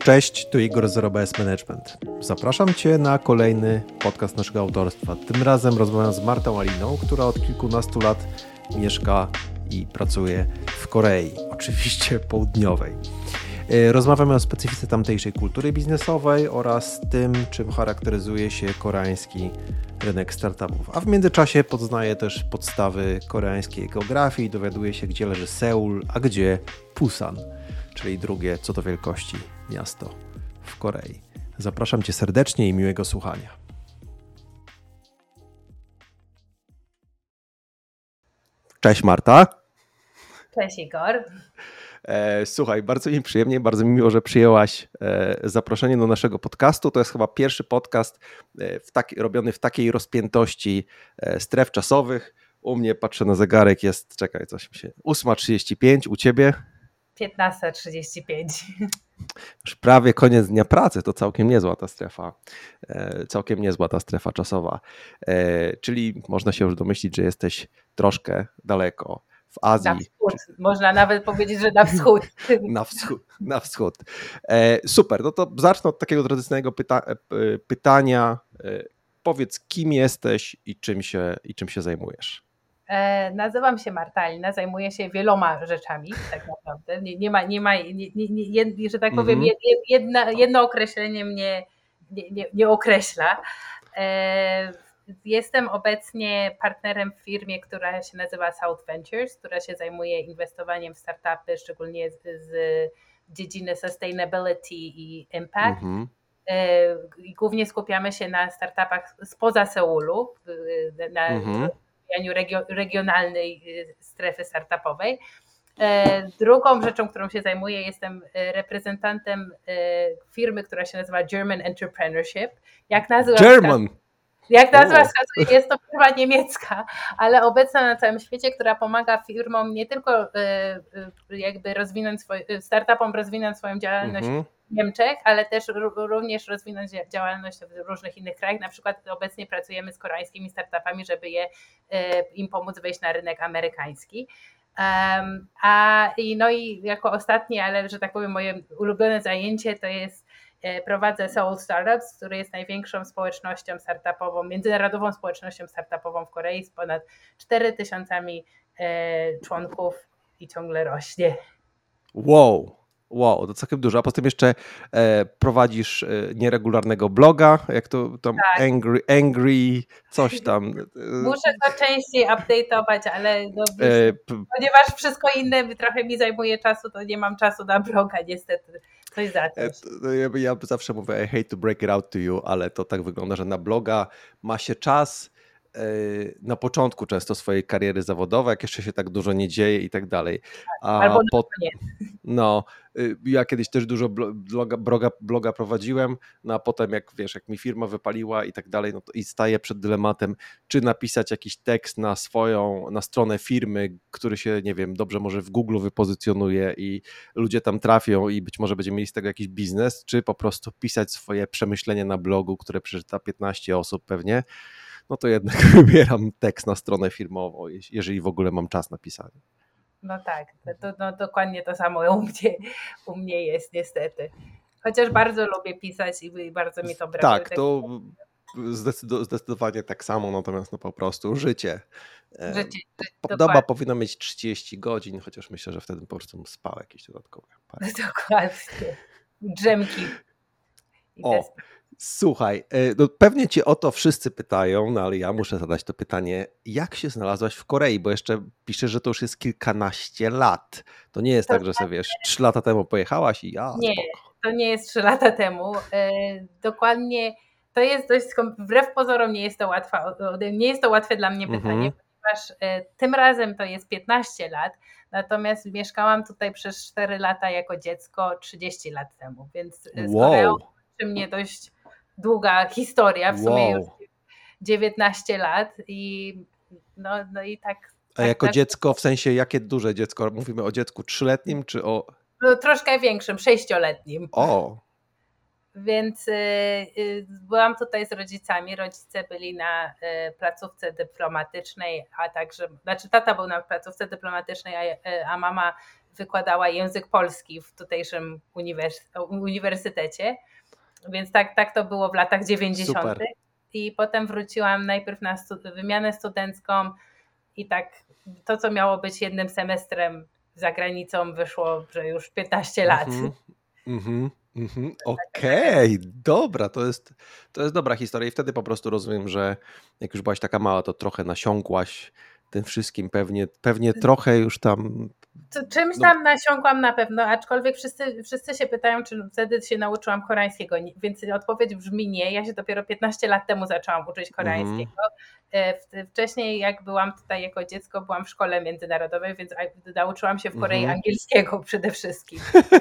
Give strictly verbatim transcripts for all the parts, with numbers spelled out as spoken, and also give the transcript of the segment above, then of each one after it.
Cześć, tu Igor z zero B S Management. Zapraszam Cię na kolejny podcast naszego autorstwa. Tym razem rozmawiam z Martą Aliną, która od kilkunastu lat mieszka i pracuje w Korei, oczywiście południowej. Rozmawiamy o specyfice tamtejszej kultury biznesowej oraz tym, czym charakteryzuje się koreański rynek startupów. A w międzyczasie poznaje też podstawy koreańskiej geografii i dowiaduje się, gdzie leży Seul, a gdzie Pusan, czyli drugie co do wielkości miasto w Korei. Zapraszam Cię serdecznie i miłego słuchania. Cześć Marta. Cześć Igor. Słuchaj, bardzo mi przyjemnie, bardzo mi miło, że przyjęłaś zaproszenie do naszego podcastu. To jest chyba pierwszy podcast w taki, robiony w takiej rozpiętości stref czasowych. U mnie, patrzę na zegarek, jest, czekaj, coś mi się, ósma trzydzieści pięć, u Ciebie? piętnasta trzydzieści pięć. Już prawie koniec dnia pracy, to całkiem niezła ta strefa, całkiem niezła ta strefa czasowa. Czyli można się już domyślić, że jesteś troszkę daleko w Azji. Na wschód. Można nawet powiedzieć, że na wschód. na wschód. Na wschód. E, super, no to zacznę od takiego tradycyjnego pyta- pytania. E, powiedz, kim jesteś i czym się, i czym się zajmujesz? E, nazywam się Marta Alina, zajmuję się wieloma rzeczami tak naprawdę. Nie, nie ma, nie ma nie, nie, nie, że tak powiem, mm-hmm. jedna, jedno określenie mnie nie, nie, nie określa. E, Jestem obecnie partnerem w firmie, która się nazywa South Ventures, która się zajmuje inwestowaniem w startupy, szczególnie z, z dziedziny sustainability i impact. Mm-hmm. I głównie skupiamy się na startupach spoza Seulu, na mm-hmm. regio, regionalnej strefy startupowej. Drugą rzeczą, którą się zajmuję, jestem reprezentantem firmy, która się nazywa German Entrepreneurship. Jak nazwa German! Jak nazwa wskazuje, jest to firma niemiecka, ale obecna na całym świecie, która pomaga firmom nie tylko jakby rozwinąć swoje, startupom rozwinąć swoją działalność mm-hmm. w Niemczech, ale też również rozwinąć działalność w różnych innych krajach. Na przykład obecnie pracujemy z koreańskimi startupami, żeby je, im pomóc wejść na rynek amerykański. Um, a no i jako ostatnie, ale że tak powiem moje ulubione zajęcie to jest prowadzę Seoul Startups, który jest największą społecznością startupową, międzynarodową społecznością startupową w Korei z ponad cztery tysiące członków i ciągle rośnie. Wow, wow, to całkiem dużo. A potem jeszcze e, prowadzisz e, nieregularnego bloga, jak to tam tak. angry, angry, coś tam. Muszę to częściej update'ować, ale no, wiesz, e, p- ponieważ wszystko inne trochę mi zajmuje czasu, to nie mam czasu na bloga niestety. Coś za coś. Ja, ja zawsze mówię, I hate to break it out to you, ale to tak wygląda, że na bloga ma się czas na początku często swojej kariery zawodowej, jak jeszcze się tak dużo nie dzieje i tak dalej. A Albo po, nie. No, ja kiedyś też dużo bloga, bloga, bloga prowadziłem, no a potem jak wiesz, jak mi firma wypaliła i tak dalej, no to i staję przed dylematem, czy napisać jakiś tekst na swoją, na stronę firmy, który się, nie wiem, dobrze może w Google wypozycjonuje i ludzie tam trafią i być może będziemy mieli z tego jakiś biznes, czy po prostu pisać swoje przemyślenia na blogu, które przeczyta piętnaście osób pewnie, no to jednak wybieram tekst na stronę firmową, jeżeli w ogóle mam czas na pisanie. No tak, to, no, dokładnie to samo u mnie, u mnie jest niestety. Chociaż bardzo lubię pisać i bardzo mi to brakuje. Tak, to zdecydowanie tak samo, natomiast no po prostu życie. Życie, Doba powinna mieć trzydzieści godzin, chociaż myślę, że wtedy po prostu spał jakieś dodatkowe. Parę. Dokładnie. Drzemki. I o, słuchaj, no pewnie cię o to wszyscy pytają, no ale ja muszę zadać to pytanie, jak się znalazłaś w Korei, bo jeszcze piszesz, że to już jest kilkanaście lat. To nie jest to tak, że sobie wiesz, trzy lata temu pojechałaś i ja Nie, spoko. to nie jest trzy lata temu. Dokładnie, to jest dość, wbrew pozorom nie jest to łatwe, nie jest to łatwe dla mnie pytanie, mm-hmm. ponieważ tym razem to jest piętnaście lat, natomiast mieszkałam tutaj przez cztery lata jako dziecko trzydzieści lat temu, więc z Koreą wow. mnie dość długa historia, w sumie wow. już dziewiętnaście lat i no, no i tak. A jako tak, dziecko, w sensie jakie duże dziecko? Mówimy o dziecku trzyletnim czy o... No, troszkę większym, sześcioletnim. O. Więc y, y, byłam tutaj z rodzicami, rodzice byli na y, placówce dyplomatycznej, a także, znaczy tata był na placówce dyplomatycznej, a, a mama wykładała język polski w tutejszym uniwers- uniwersytecie, więc tak, tak to było w latach dziewięćdziesiątych. Super. I potem wróciłam najpierw na stu- wymianę studencką i tak to, co miało być jednym semestrem za granicą, wyszło, że już piętnaście lat. Mhm, mhm, mhm. Okej, dobra, to jest, to jest dobra historia i wtedy po prostu rozumiem, że jak już byłaś taka mała, to trochę nasiąkłaś tym wszystkim, pewnie, pewnie trochę już tam... To czymś No. tam nasiąkłam na pewno, aczkolwiek wszyscy, wszyscy się pytają, czy wtedy się nauczyłam koreańskiego, Nie- więc odpowiedź brzmi nie. Ja się dopiero piętnaście lat temu zaczęłam uczyć koreańskiego. E, w- Wcześniej jak byłam tutaj jako dziecko, byłam w szkole międzynarodowej, więc a- nauczyłam się w Korei Mhm. angielskiego przede wszystkim.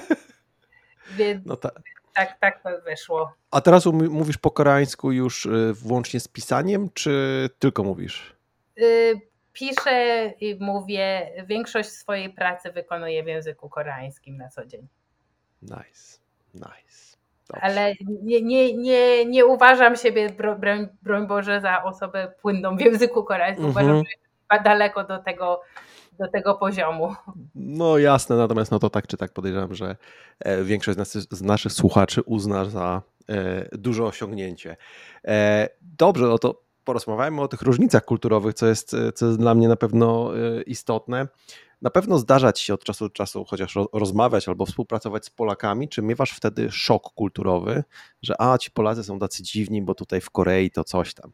Więc No ta... tak, tak to wyszło. A teraz um- mówisz po koreańsku już y, włącznie z pisaniem, czy tylko mówisz? Y, Piszę i mówię, większość swojej pracy wykonuję w języku koreańskim na co dzień. Nice, nice. Dobrze. Ale nie, nie, nie, nie uważam siebie, bro- broń, broń Boże, za osobę płynną w języku koreańskim. Mhm. Uważam, że jestem daleko do tego, do tego poziomu. No jasne, natomiast no to tak czy tak podejrzewam, że e, większość z, nas, z naszych słuchaczy uzna za e, duże osiągnięcie. E, dobrze, no to porozmawiajmy o tych różnicach kulturowych, co jest, e, co jest dla mnie na pewno e, istotne. Na pewno zdarza ci się od czasu do czasu chociaż ro, rozmawiać albo współpracować z Polakami, czy miewasz wtedy szok kulturowy, że a, ci Polacy są tacy dziwni, bo tutaj w Korei to coś tam.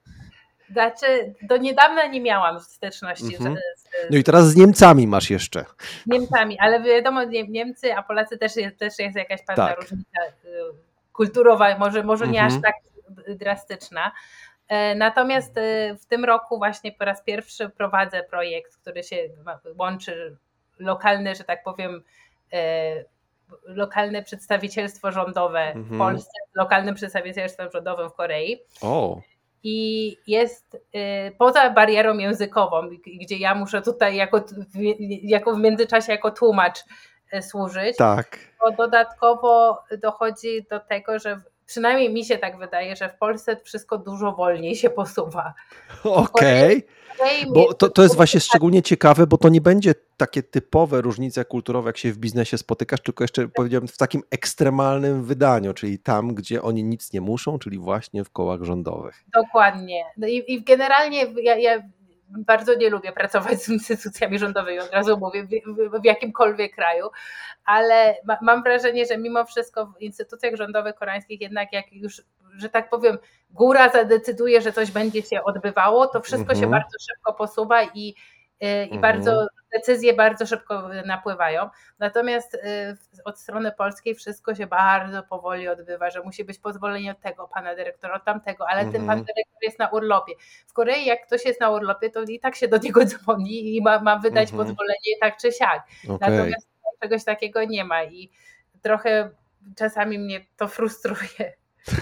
Znaczy, do niedawna nie miałam styczności Mhm. z, z, No i teraz z Niemcami masz jeszcze. z Niemcami, ale wiadomo, Nie- Niemcy, a Polacy też jest, też jest jakaś pewna Tak. różnica y, kulturowa, może, może nie Mhm. aż tak drastyczna. E, Natomiast e, w tym roku właśnie po raz pierwszy prowadzę projekt, który się ma- łączy lokalne, że tak powiem, e, lokalne przedstawicielstwo rządowe w Mhm. Polsce z lokalnym przedstawicielstwem rządowym w Korei. O, I jest y, poza barierą językową, g- gdzie ja muszę tutaj jako, t- w- jako w międzyczasie jako tłumacz y, służyć, tak. to dodatkowo dochodzi do tego, że w- przynajmniej mi się tak wydaje, że w Polsce wszystko dużo wolniej się posuwa. Okej. W Korei Bo to, to jest właśnie szczególnie ciekawe, bo to nie będzie takie typowe różnice kulturowe, jak się w biznesie spotykasz, tylko jeszcze powiedziałem w takim ekstremalnym wydaniu, czyli tam, gdzie oni nic nie muszą, czyli właśnie w kołach rządowych. Dokładnie. No i, i generalnie ja, ja bardzo nie lubię pracować z instytucjami rządowymi, od razu mówię, w, w, w jakimkolwiek kraju, ale ma, mam wrażenie, że mimo wszystko w instytucjach rządowych koreańskich jednak jak już, że tak powiem, góra zadecyduje, że coś będzie się odbywało, to wszystko Mhm. się bardzo szybko posuwa i, i Mhm. bardzo decyzje bardzo szybko napływają. Natomiast y, od strony polskiej wszystko się bardzo powoli odbywa, że musi być pozwolenie od tego pana dyrektora, od tamtego, ale ten pan Mhm. dyrektor jest na urlopie. W Korei jak ktoś jest na urlopie, to i tak się do niego dzwoni i ma, ma wydać Mhm. pozwolenie tak czy siak. Okej. Natomiast czegoś takiego nie ma i trochę czasami mnie to frustruje.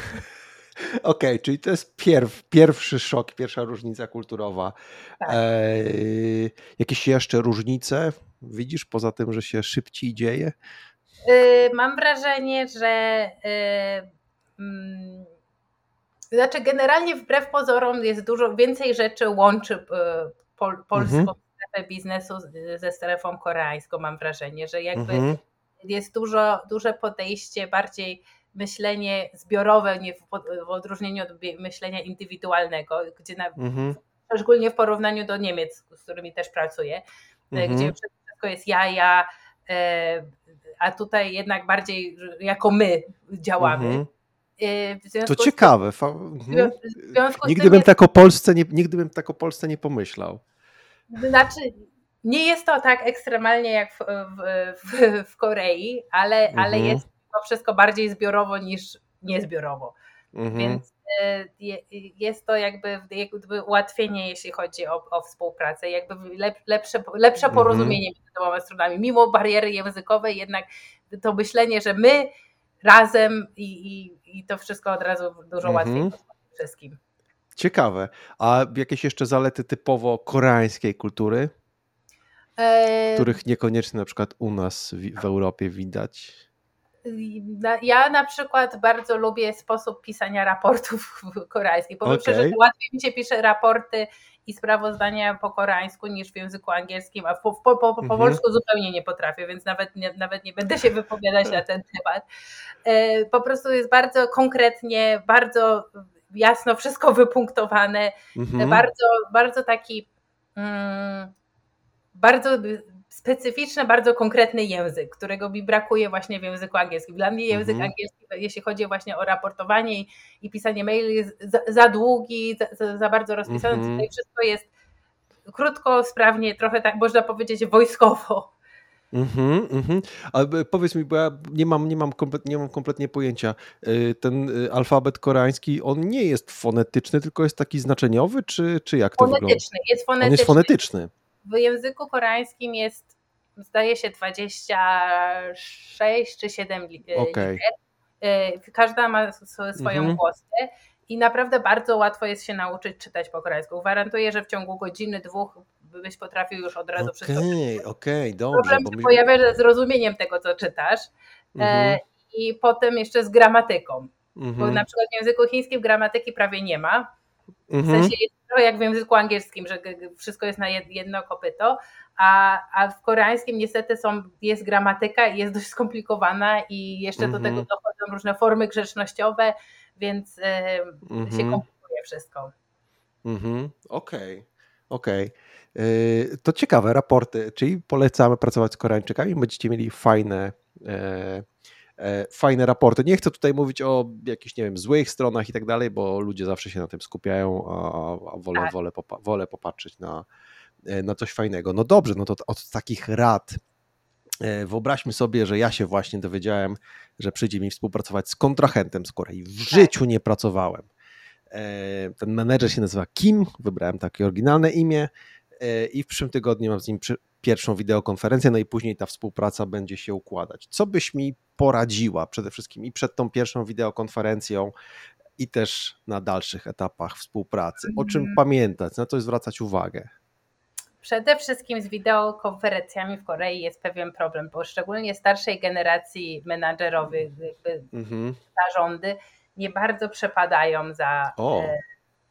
Okej, czyli to jest pierw, pierwszy szok, pierwsza różnica kulturowa. Tak. Eee, jakieś jeszcze różnice widzisz, poza tym, że się szybciej dzieje? Y, Mam wrażenie, że y, mm, znaczy generalnie wbrew pozorom jest dużo więcej rzeczy łączy y, pol, polską Mhm. strefę biznesu z- ze strefą koreańską. Mam wrażenie, że jakby Mhm. jest dużo, duże podejście, bardziej myślenie zbiorowe, nie w, pod- w odróżnieniu od bie- myślenia indywidualnego, gdzie na, Mhm. szczególnie w porównaniu do Niemiec, z którymi też pracuję, e, Mhm. gdzie wszystko jest ja, ja, e, a tutaj jednak bardziej jako my działamy. Mhm. E, w To związku z tym- ciekawe. Fa- w mhm. związku z Nigdy tym bym jest, tak o Polsce nie, nigdy bym tak o Polsce nie pomyślał. znaczy nie jest to tak ekstremalnie jak w, w, w, w Korei, ale, ale Mhm. jest to wszystko bardziej zbiorowo niż niezbiorowo. Mhm. Więc e, je- jest to jakby, jakby ułatwienie, jeśli chodzi o, o współpracę, jakby lep, lepsze, lepsze Mhm. porozumienie między dwoma stronami. Mimo bariery językowej, jednak to myślenie, że my razem i, i, i to wszystko od razu dużo Mhm. łatwiej pozwoli wszystkim. Ciekawe. A jakieś jeszcze zalety typowo koreańskiej kultury, E, których niekoniecznie na przykład u nas w, w Europie widać? Ja na przykład bardzo lubię sposób pisania raportów koreańskich. Powiem Okej. szczerze, łatwiej mi się pisze raporty i sprawozdania po koreańsku niż w języku angielskim, a po, po, po, po Mhm. polsku zupełnie nie potrafię, więc nawet nie, nawet nie będę się wypowiadać na ten temat. E, Po prostu jest bardzo konkretnie, bardzo jasno wszystko wypunktowane, Mhm. bardzo, bardzo taki mm, bardzo specyficzny, bardzo konkretny język, którego mi brakuje właśnie w języku angielskim. Dla mnie język Mhm. angielski, jeśli chodzi właśnie o raportowanie i, i pisanie maili, jest za, za długi, za, za bardzo rozpisany. Mhm. Tutaj wszystko jest krótko, sprawnie, trochę tak można powiedzieć wojskowo. Mhm, mhm. A b- powiedz mi, bo ja nie mam, nie mam, komplet, nie mam kompletnie pojęcia. Y, Ten y, alfabet koreański, on nie jest fonetyczny, tylko jest taki znaczeniowy, czy, czy jak to wygląda? Fonetyczny, jest On jest fonetyczny. fonetyczny. W języku koreańskim jest, zdaje się, dwadzieścia sześć czy siedem li- Okej. liter. Y, Każda ma s- swoją Mhm. głoskę i naprawdę bardzo łatwo jest się nauczyć czytać po koreańsku. Gwarantuję, że w ciągu godziny, dwóch byś potrafił już od razu wszystko Okej, czytać. okej, dobrze. Problem Bo się mi... pojawia ze zrozumieniem tego, co czytasz, e, Mhm, i potem jeszcze z gramatyką. Bo mhm, na przykład w języku chińskim gramatyki prawie nie ma. W mhm, sensie jest trochę jak w języku angielskim, że g- g- wszystko jest na jed- jedno kopyto, a, a w koreańskim niestety są, jest gramatyka i jest dość skomplikowana i jeszcze do mhm, tego dochodzą różne formy grzecznościowe, więc e, się mhm, komplikuje wszystko. mhm. Okej, okej. Y, To ciekawe, raporty, czyli polecamy pracować z Koreańczykami, będziecie mieli fajne, e, e, fajne raporty. Nie chcę tutaj mówić o jakichś, nie wiem, złych stronach i tak dalej, bo ludzie zawsze się na tym skupiają, a, a wolę, Tak. wolę, popa- wolę popatrzeć na, e, na coś fajnego. No dobrze, no to od takich rad e, wyobraźmy sobie, że ja się właśnie dowiedziałem, że przyjdzie mi współpracować z kontrahentem z Korei. W życiu nie pracowałem. E, Ten menedżer się nazywa Kim, wybrałem takie oryginalne imię e, i w przyszłym tygodniu mam z nim przy- pierwszą wideokonferencję, no i później ta współpraca będzie się układać. Co byś mi poradziła przede wszystkim i przed tą pierwszą wideokonferencją i też na dalszych etapach współpracy? O czym Mhm. pamiętać, na co zwracać uwagę? Przede wszystkim z wideokonferencjami w Korei jest pewien problem, bo szczególnie starszej generacji menadżerowych, jakby Mhm. zarządy nie bardzo przepadają za, O, e,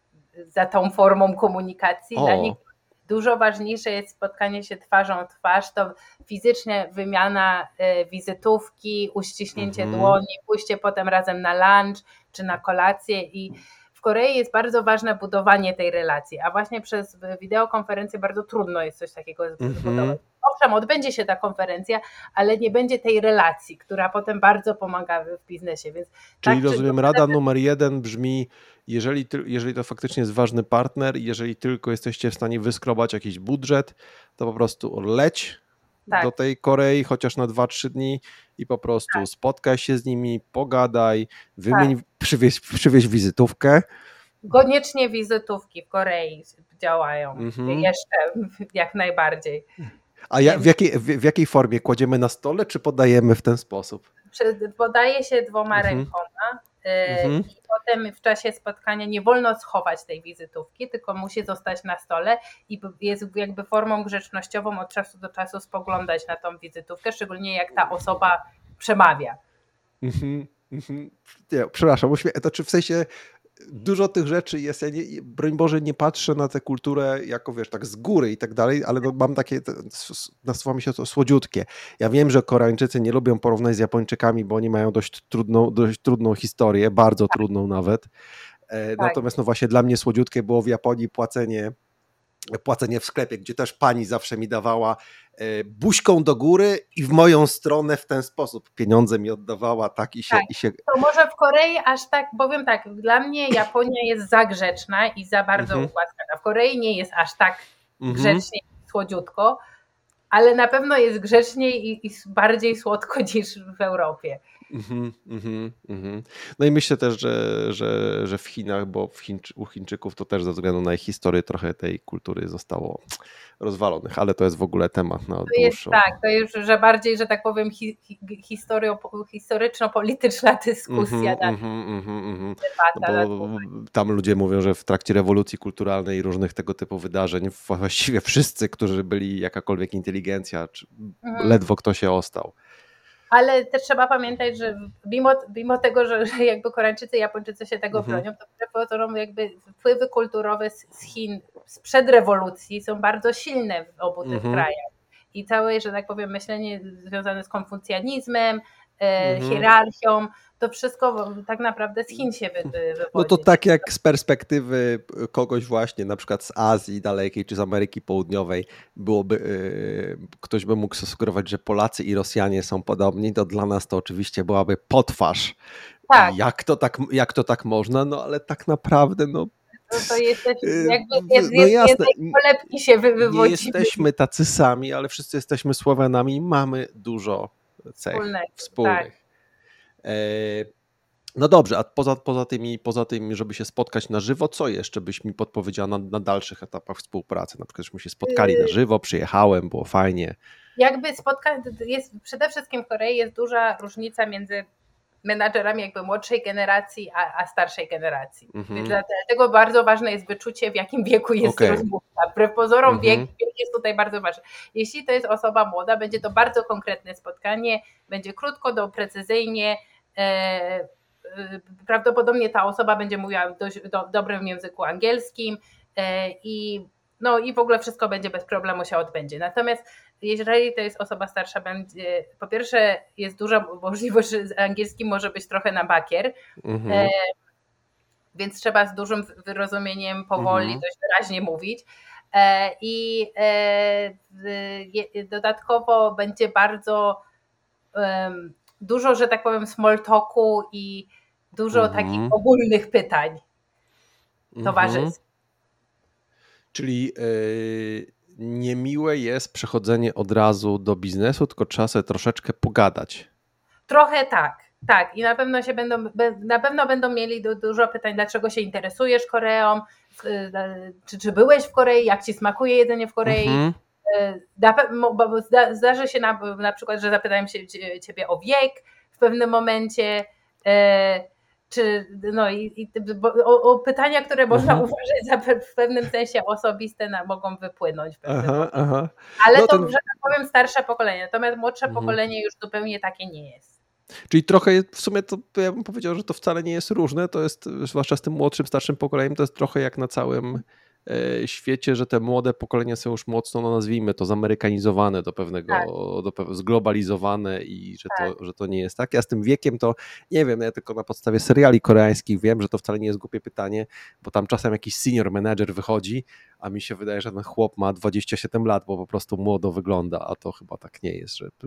za tą formą komunikacji. Dla o, nich dużo ważniejsze jest spotkanie się twarzą w twarz, to fizycznie wymiana e, wizytówki, uściśnięcie Mhm. dłoni, pójście potem razem na lunch czy na kolację i w Korei jest bardzo ważne budowanie tej relacji, a właśnie przez wideokonferencję bardzo trudno jest coś takiego Mhm. zbudować. Owszem, odbędzie się ta konferencja, ale nie będzie tej relacji, która potem bardzo pomaga w biznesie. Więc Czyli tak, czy- rozumiem, rada numer jeden brzmi, jeżeli, ty- jeżeli to faktycznie jest ważny partner, jeżeli tylko jesteście w stanie wyskrobać jakiś budżet, to po prostu leć Tak. do tej Korei chociaż na dwa trzy dni i po prostu spotkaj się z nimi, pogadaj, wymień, przywieź, przywieź wizytówkę. Koniecznie wizytówki w Korei działają Mhm. jeszcze jak najbardziej. A ja, w, jakiej, w, w jakiej formie? Kładziemy na stole, czy podajemy w ten sposób? Przy- Podaje się dwoma Mhm. rękoma y, Mhm. i potem w czasie spotkania nie wolno schować tej wizytówki, tylko musi zostać na stole i jest jakby formą grzecznościową od czasu do czasu spoglądać na tą wizytówkę, szczególnie jak ta osoba przemawia. Mhm. Mhm. Nie, przepraszam, uśmie- to czy w sensie dużo tych rzeczy jest, ja nie, broń Boże, nie patrzę na tę kulturę jako, wiesz, tak z góry i tak dalej, ale no mam takie, te- s- nasuwa mi się to słodziutkie. Ja wiem, że Koreańczycy nie lubią porównać z Japończykami, bo oni mają dość trudną, dość trudną historię, bardzo trudną nawet. E, Natomiast no właśnie dla mnie słodziutkie było w Japonii płacenie płacenie w sklepie, gdzie też pani zawsze mi dawała e, buźką do góry i w moją stronę w ten sposób pieniądze mi oddawała, tak i się... Tak. I się... To może w Korei aż tak, powiem tak, dla mnie Japonia jest za grzeczna i za bardzo Mhm. ugłaskana. W Korei nie jest aż tak Mhm. grzecznie i słodziutko, ale na pewno jest grzeczniej i, i bardziej słodko niż w Europie. Mhm, mhm, mhm. No i myślę też, że, że, że w Chinach, bo w Chińczy, u Chińczyków to też ze względu na ich historię trochę tej kultury zostało rozwalonych, ale to jest w ogóle temat na To jest dłuższą. tak, to już, że bardziej, że tak powiem, hi, hi, historio- historyczno-polityczna dyskusja, Mhm, na mhm, mhm, mhm. debata. na Bo dłużej. tam ludzie mówią, że w trakcie rewolucji kulturalnej i różnych tego typu wydarzeń właściwie wszyscy, którzy byli jakakolwiek inteligencja, czy Mhm. ledwo kto się ostał. Ale też trzeba pamiętać, że mimo, mimo tego, że, że jakby Koreańczycy i Japończycy się tego mhm. bronią, to pozorom jakby wpływy kulturowe z, z Chin sprzed rewolucji są bardzo silne w obu tych Mhm. krajach. I całe, że tak powiem, myślenie związane z konfucjanizmem, e, Mhm. hierarchią, to wszystko tak naprawdę z Chin się wy, wywodzi. No to tak jak z perspektywy kogoś właśnie na przykład z Azji dalekiej czy z Ameryki Południowej byłoby, yy, ktoś by mógł sugerować, że Polacy i Rosjanie są podobni, to dla nas to oczywiście byłaby potwarz. Tak. Jak to tak, jak to tak można? No ale tak naprawdę no No to jesteś, jakby jest, no jasne, polepki się wywodzimy. Nie jesteśmy tacy sami, ale wszyscy jesteśmy Słowianami i mamy dużo cech Wspólnego, wspólnych. Tak. E, no dobrze, a poza, poza, tymi, poza tym, żeby się spotkać na żywo, co jeszcze byś mi podpowiedziała na, na dalszych etapach współpracy? Na przykład, żeśmy się spotkali na żywo, przyjechałem, było fajnie. Jakby spotkać, jest przede wszystkim w Korei jest duża różnica między menadżerami jakby młodszej generacji, a, a starszej generacji. Mhm. Dlatego bardzo ważne jest wyczucie, w jakim wieku jest okay. rozmówca. Wbrew pozorom mhm. wiek, wiek jest tutaj bardzo ważny. Jeśli to jest osoba młoda, będzie to bardzo konkretne spotkanie, będzie krótko, do precyzyjnie. E, e, prawdopodobnie ta osoba będzie mówiła w dość do, dobrym języku angielskim e, i no i w ogóle wszystko będzie bez problemu się odbędzie. Natomiast jeżeli to jest osoba starsza, będzie, po pierwsze jest duża możliwość, że z angielskim może być trochę na bakier, mhm. e, więc trzeba z dużym wyrozumieniem powoli, mhm. dość wyraźnie mówić. E, I e, je, dodatkowo będzie bardzo e, dużo, że tak powiem, small talku i dużo mhm. takich ogólnych pytań towarzyskich. Mhm. Czyli yy, niemiłe jest przechodzenie od razu do biznesu, tylko trzeba sobie troszeczkę pogadać. Trochę tak, tak. I na pewno się będą, na pewno będą mieli dużo pytań, dlaczego się interesujesz Koreą, czy, czy byłeś w Korei, jak ci smakuje jedzenie w Korei. Mhm. Zdarzy się na, na przykład, że zapytają się ciebie o wiek w pewnym momencie. Czy, no i, i o, o pytania, które można mhm. uważać za w pewnym sensie osobiste, na, mogą wypłynąć. W pewnym aha, aha. Ale no to, ten... że tak powiem, starsze pokolenie, natomiast młodsze mhm. pokolenie już zupełnie takie nie jest. Czyli trochę w sumie to ja bym powiedział, że to wcale nie jest różne, to jest, zwłaszcza z tym młodszym, starszym pokoleniem, to jest trochę jak na całym świecie, że te młode pokolenia są już mocno, no nazwijmy to, zamerykanizowane do pewnego, tak. do, zglobalizowane i że, tak. to, że to nie jest tak. Ja z tym wiekiem to nie wiem, ja tylko na podstawie seriali koreańskich wiem, że to wcale nie jest głupie pytanie, bo tam czasem jakiś senior manager wychodzi, a mi się wydaje, że ten chłop ma dwadzieścia siedem lat, bo po prostu młodo wygląda, a to chyba tak nie jest. Że...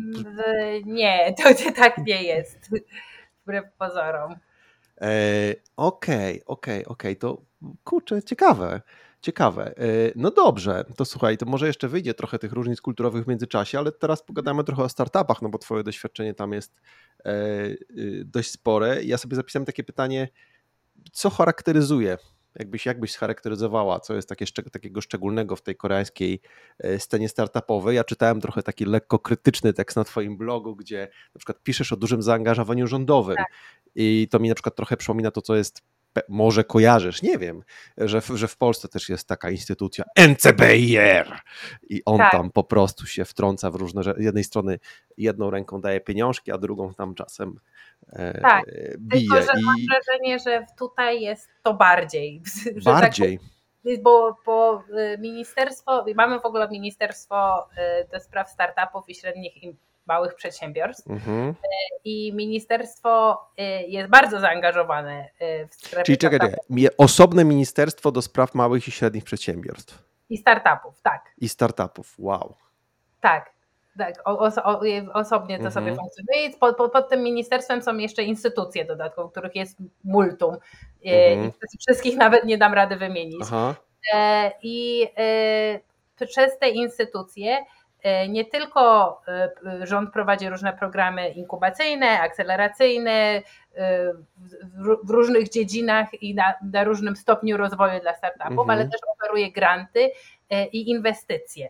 Nie, to tak nie jest, wbrew pozorom. Okej, okej, okej, to kurczę, ciekawe, ciekawe. No dobrze, to słuchaj, to może jeszcze wyjdzie trochę tych różnic kulturowych w międzyczasie, ale teraz pogadamy trochę o startupach, no bo twoje doświadczenie tam jest dość spore. Ja sobie zapisałem takie pytanie, co charakteryzuje, jakbyś, jakbyś scharakteryzowała, co jest takie, takiego szczególnego w tej koreańskiej scenie startupowej. Ja czytałem trochę taki lekko krytyczny tekst na twoim blogu, gdzie na przykład piszesz o dużym zaangażowaniu rządowym tak. i to mi na przykład trochę przypomina to, co jest, może kojarzysz, nie wiem, że w, że w Polsce też jest taka instytucja N C B I R i on tak. tam po prostu się wtrąca w różne rzeczy. Z jednej strony jedną ręką daje pieniążki, a drugą tam czasem tak, bije. Tylko, że I... mam wrażenie, że tutaj jest to bardziej. Bardziej? Tak, bo, bo ministerstwo, mamy w ogóle Ministerstwo do Spraw Startupów i Średnich i Małych Przedsiębiorstw mhm. i ministerstwo jest bardzo zaangażowane w strefę Czyli czekaj, czekaj, osobne Ministerstwo do Spraw Małych i Średnich Przedsiębiorstw. I startupów, tak. I startupów, wow. Tak. Tak, oso, osobnie to mhm. sobie funkcjonuje. I pod, pod, pod tym ministerstwem są jeszcze instytucje dodatkowo, których jest multum mhm. i wszystkich nawet nie dam rady wymienić. Aha. I przez te instytucje nie tylko rząd prowadzi różne programy inkubacyjne, akceleracyjne w różnych dziedzinach i na, na różnym stopniu rozwoju dla startupów, mhm. ale też oferuje granty i inwestycje.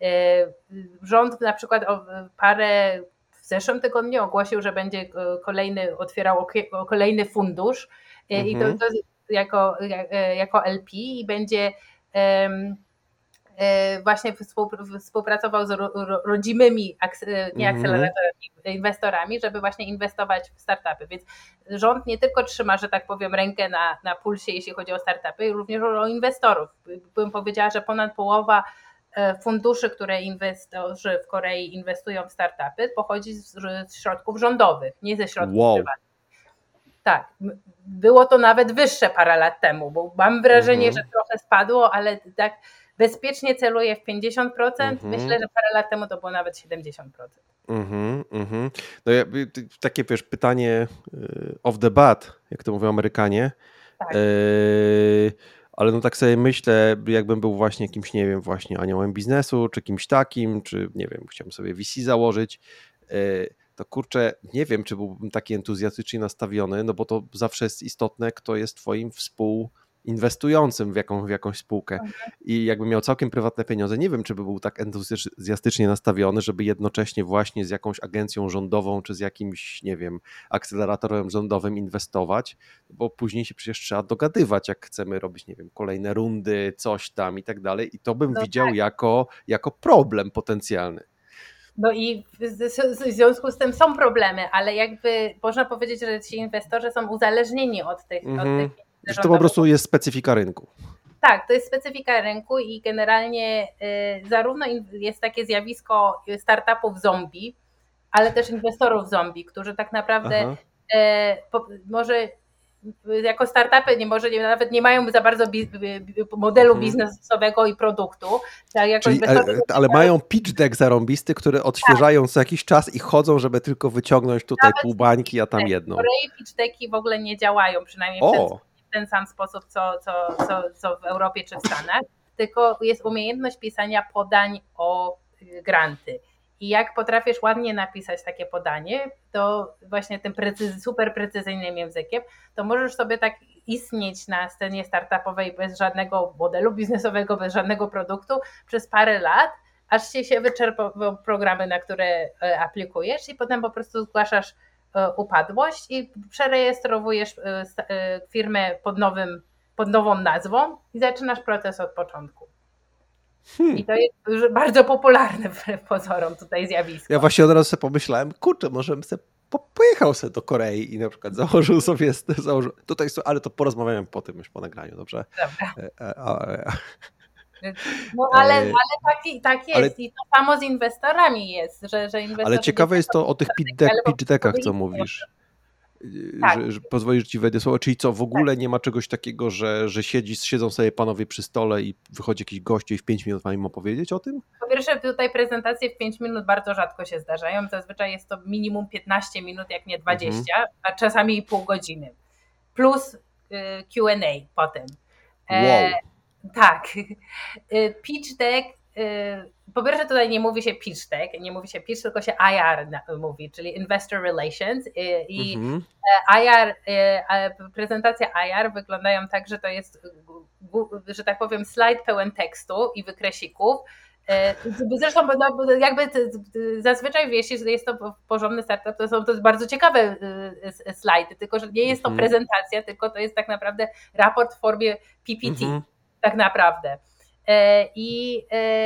Rząd na przykład parę w zeszłym tygodniu ogłosił, że będzie kolejny, otwierał kolejny fundusz mhm. i to, to jako, jako L P i będzie um, właśnie współpracował z rodzimymi nie akceleratorami, inwestorami, żeby właśnie inwestować w startupy. Więc rząd nie tylko trzyma, że tak powiem, rękę na, na pulsie, jeśli chodzi o startupy, również o inwestorów. Bym powiedziała, że ponad połowa funduszy, które inwestorzy w Korei inwestują w startupy, pochodzi z, z środków rządowych, nie ze środków wow. prywatnych. Tak, było to nawet wyższe parę lat temu, bo mam wrażenie, mhm. że trochę spadło, ale tak bezpiecznie celuję w pięćdziesiąt procent. Mhm. Myślę, że parę lat temu to było nawet siedemdziesiąt procent. Mhm, mhm. No ja, takie wiesz, pytanie off the bat, jak to mówią Amerykanie. Tak. Yy, ale no tak sobie myślę, jakbym był właśnie jakimś, nie wiem, właśnie aniołem biznesu, czy kimś takim, czy nie wiem, chciałbym sobie V C założyć, yy, to kurczę, nie wiem, czy byłbym taki entuzjastycznie nastawiony, no bo to zawsze jest istotne, kto jest twoim współinwestującym w, jaką, w jakąś spółkę. Mhm. I jakbym miał całkiem prywatne pieniądze, nie wiem, czy by był tak entuzjastycznie nastawiony, żeby jednocześnie właśnie z jakąś agencją rządową, czy z jakimś, nie wiem, akceleratorem rządowym inwestować, bo później się przecież trzeba dogadywać, jak chcemy robić, nie wiem, kolejne rundy, coś tam i tak dalej. I to bym no widział tak. jako, jako problem potencjalny. No i w, w związku z tym są problemy, ale jakby można powiedzieć, że ci inwestorzy są uzależnieni od tych, mm-hmm. od tych że to po prostu jest specyfika rynku. Tak, to jest specyfika rynku i generalnie y, zarówno jest takie zjawisko startupów zombie, ale też inwestorów zombie, którzy tak naprawdę y, po, może jako startupy nie, może nie, nawet nie mają za bardzo bi, modelu hmm. biznesowego i produktu. Tak, jako Czyli, ale, ale mają pitch deck zarąbisty, który odświeżają tak. co jakiś czas i chodzą, żeby tylko wyciągnąć tutaj nawet pół bańki, a tam jedną. W Korei pitch decki w ogóle nie działają, przynajmniej w ten, w ten sam sposób, co, co, co, co w Europie czy w Stanach, tylko jest umiejętność pisania podań o granty. I jak potrafisz ładnie napisać takie podanie, to właśnie tym precyz- super precyzyjnym językiem, to możesz sobie tak istnieć na scenie startupowej bez żadnego modelu biznesowego, bez żadnego produktu przez parę lat, aż ci się wyczerpią programy, na które aplikujesz i potem po prostu zgłaszasz upadłość i przerejestrowujesz firmę pod, nowym, pod nową nazwą i zaczynasz proces od początku. Hmm. I to jest bardzo popularne wbrew pozorom tutaj zjawisko. Ja właśnie od razu sobie pomyślałem, kurczę, może bym sobie pojechał sobie do Korei i na przykład założył sobie, założył, tutaj, ale to porozmawiamy po tym już po nagraniu, dobrze? Dobra. No ale, ale tak, tak jest ale, i to samo z inwestorami jest, że, że inwestorzy... Ale ciekawe jest to o tych pitch, deck, pitch deckach, co mówisz. Tak. Że, że pozwolisz ci wejdę słowo, czyli co, w ogóle tak. nie ma czegoś takiego, że, że siedzi, siedzą sobie panowie przy stole i wychodzi jakiś gość i w pięć minut ma im opowiedzieć o tym? Po pierwsze, tutaj prezentacje w pięć minut bardzo rzadko się zdarzają, zazwyczaj jest to minimum piętnaście minut, jak nie dwadzieścia, mhm. a czasami i pół godziny, plus y, Q and A potem. Wow. E, tak, pitch deck, y, po pierwsze tutaj nie mówi się pitch deck, nie mówi się pitch, tylko się I R mówi, czyli Investor Relations i mhm. I R, prezentacja I R wyglądają tak, że to jest, że tak powiem, slajd pełen tekstu i wykreślików. Zresztą no, jakby zazwyczaj jeśli jest to porządny startup, to są to bardzo ciekawe slajdy, tylko że nie jest to mhm. prezentacja, tylko to jest tak naprawdę raport w formie P P T, mhm. tak naprawdę. I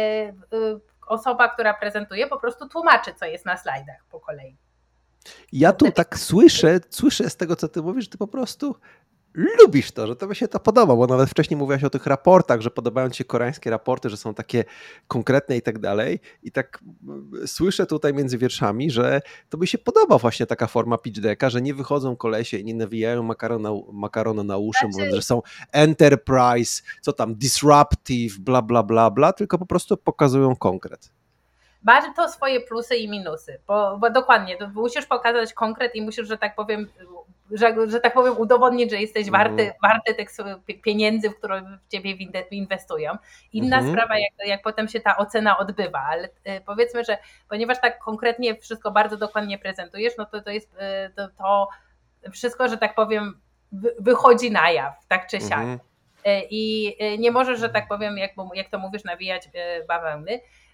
osoba, która prezentuje, po prostu tłumaczy, co jest na slajdach po kolei. Ja tu tak słyszę, słyszę z tego, co ty mówisz, że ty po prostu lubisz to, że to mi się to podoba, bo nawet wcześniej mówiłaś o tych raportach, że podobają ci się koreańskie raporty, że są takie konkretne i tak dalej i tak słyszę tutaj między wierszami, że to by się podoba właśnie taka forma pitch decka, że nie wychodzą kolesie i nie nawijają makarona, makarona na uszy, znaczy... mówiąc, że są enterprise, co tam, disruptive, bla, bla, bla, bla, tylko po prostu pokazują konkret. Ma to swoje plusy i minusy, bo, bo dokładnie, to musisz pokazać konkret i musisz, że tak powiem, że, że tak powiem, udowodnić, że jesteś warty, mm. warty tych pieniędzy, w które w ciebie inwestują. Inna mm-hmm. sprawa, jak, jak potem się ta ocena odbywa, ale powiedzmy, że ponieważ tak konkretnie wszystko bardzo dokładnie prezentujesz, no to to jest to, to wszystko, że tak powiem, wychodzi na jaw, tak czy siak. Mm-hmm. I nie możesz, że tak powiem, jak, jak to mówisz, nawijać bawełny.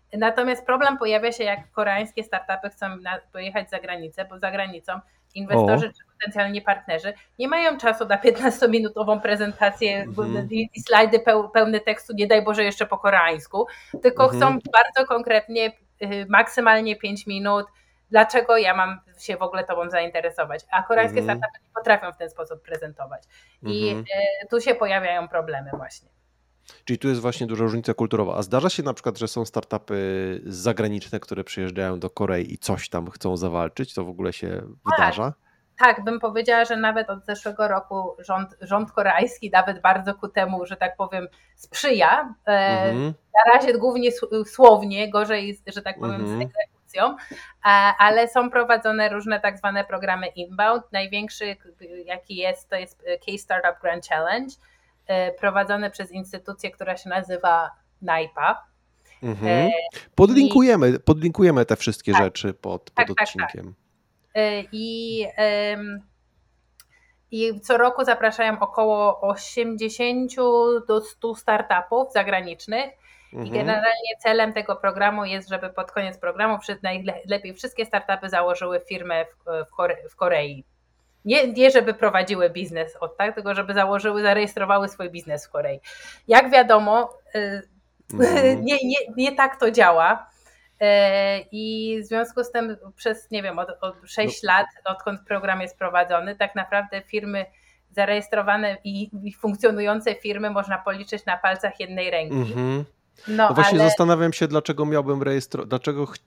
Natomiast problem pojawia się, jak koreańskie startupy chcą na, pojechać za granicę, bo za granicą inwestorzy o. czy potencjalni partnerzy nie mają czasu na piętnastominutową prezentację mm-hmm. i slajdy pełne tekstu, nie daj Boże jeszcze po koreańsku, tylko mm-hmm. chcą bardzo konkretnie, maksymalnie pięć minut, dlaczego ja mam się w ogóle tobą zainteresować, a koreańskie mm-hmm. startupy nie potrafią w ten sposób prezentować i mm-hmm. tu się pojawiają problemy właśnie. Czyli tu jest właśnie duża różnica kulturowa. A zdarza się na przykład, że są startupy zagraniczne, które przyjeżdżają do Korei i coś tam chcą zawalczyć? To w ogóle się tak, wydarza? Tak, bym powiedziała, że nawet od zeszłego roku rząd, rząd koreański nawet bardzo ku temu, że tak powiem, sprzyja. Mhm. Na razie głównie słownie, gorzej, że tak powiem, mhm. z egzekucją, ale są prowadzone różne tak zwane programy inbound. Największy, jaki jest, to jest K-Startup Grand Challenge, prowadzony przez instytucję, która się nazywa NAIPA. Mhm. Podlinkujemy, I... podlinkujemy te wszystkie tak, rzeczy pod, pod tak, odcinkiem. Tak, tak. I, I co roku zapraszają około osiemdziesiąt do stu startupów zagranicznych mhm. i generalnie celem tego programu jest, żeby pod koniec programu najlepiej wszystkie startupy założyły firmę w, w, Kore, w Korei. Nie, nie żeby prowadziły biznes od tak, tylko żeby założyły, zarejestrowały swój biznes w Korei. Jak wiadomo, mm. nie, nie, nie tak to działa i w związku z tym przez, nie wiem, od, od sześć no. lat, odkąd program jest prowadzony, tak naprawdę firmy zarejestrowane i, i funkcjonujące firmy można policzyć na palcach jednej ręki. Mm-hmm. No, no właśnie ale... zastanawiam się, dlaczego miałbym rejestrować, dlaczego ch...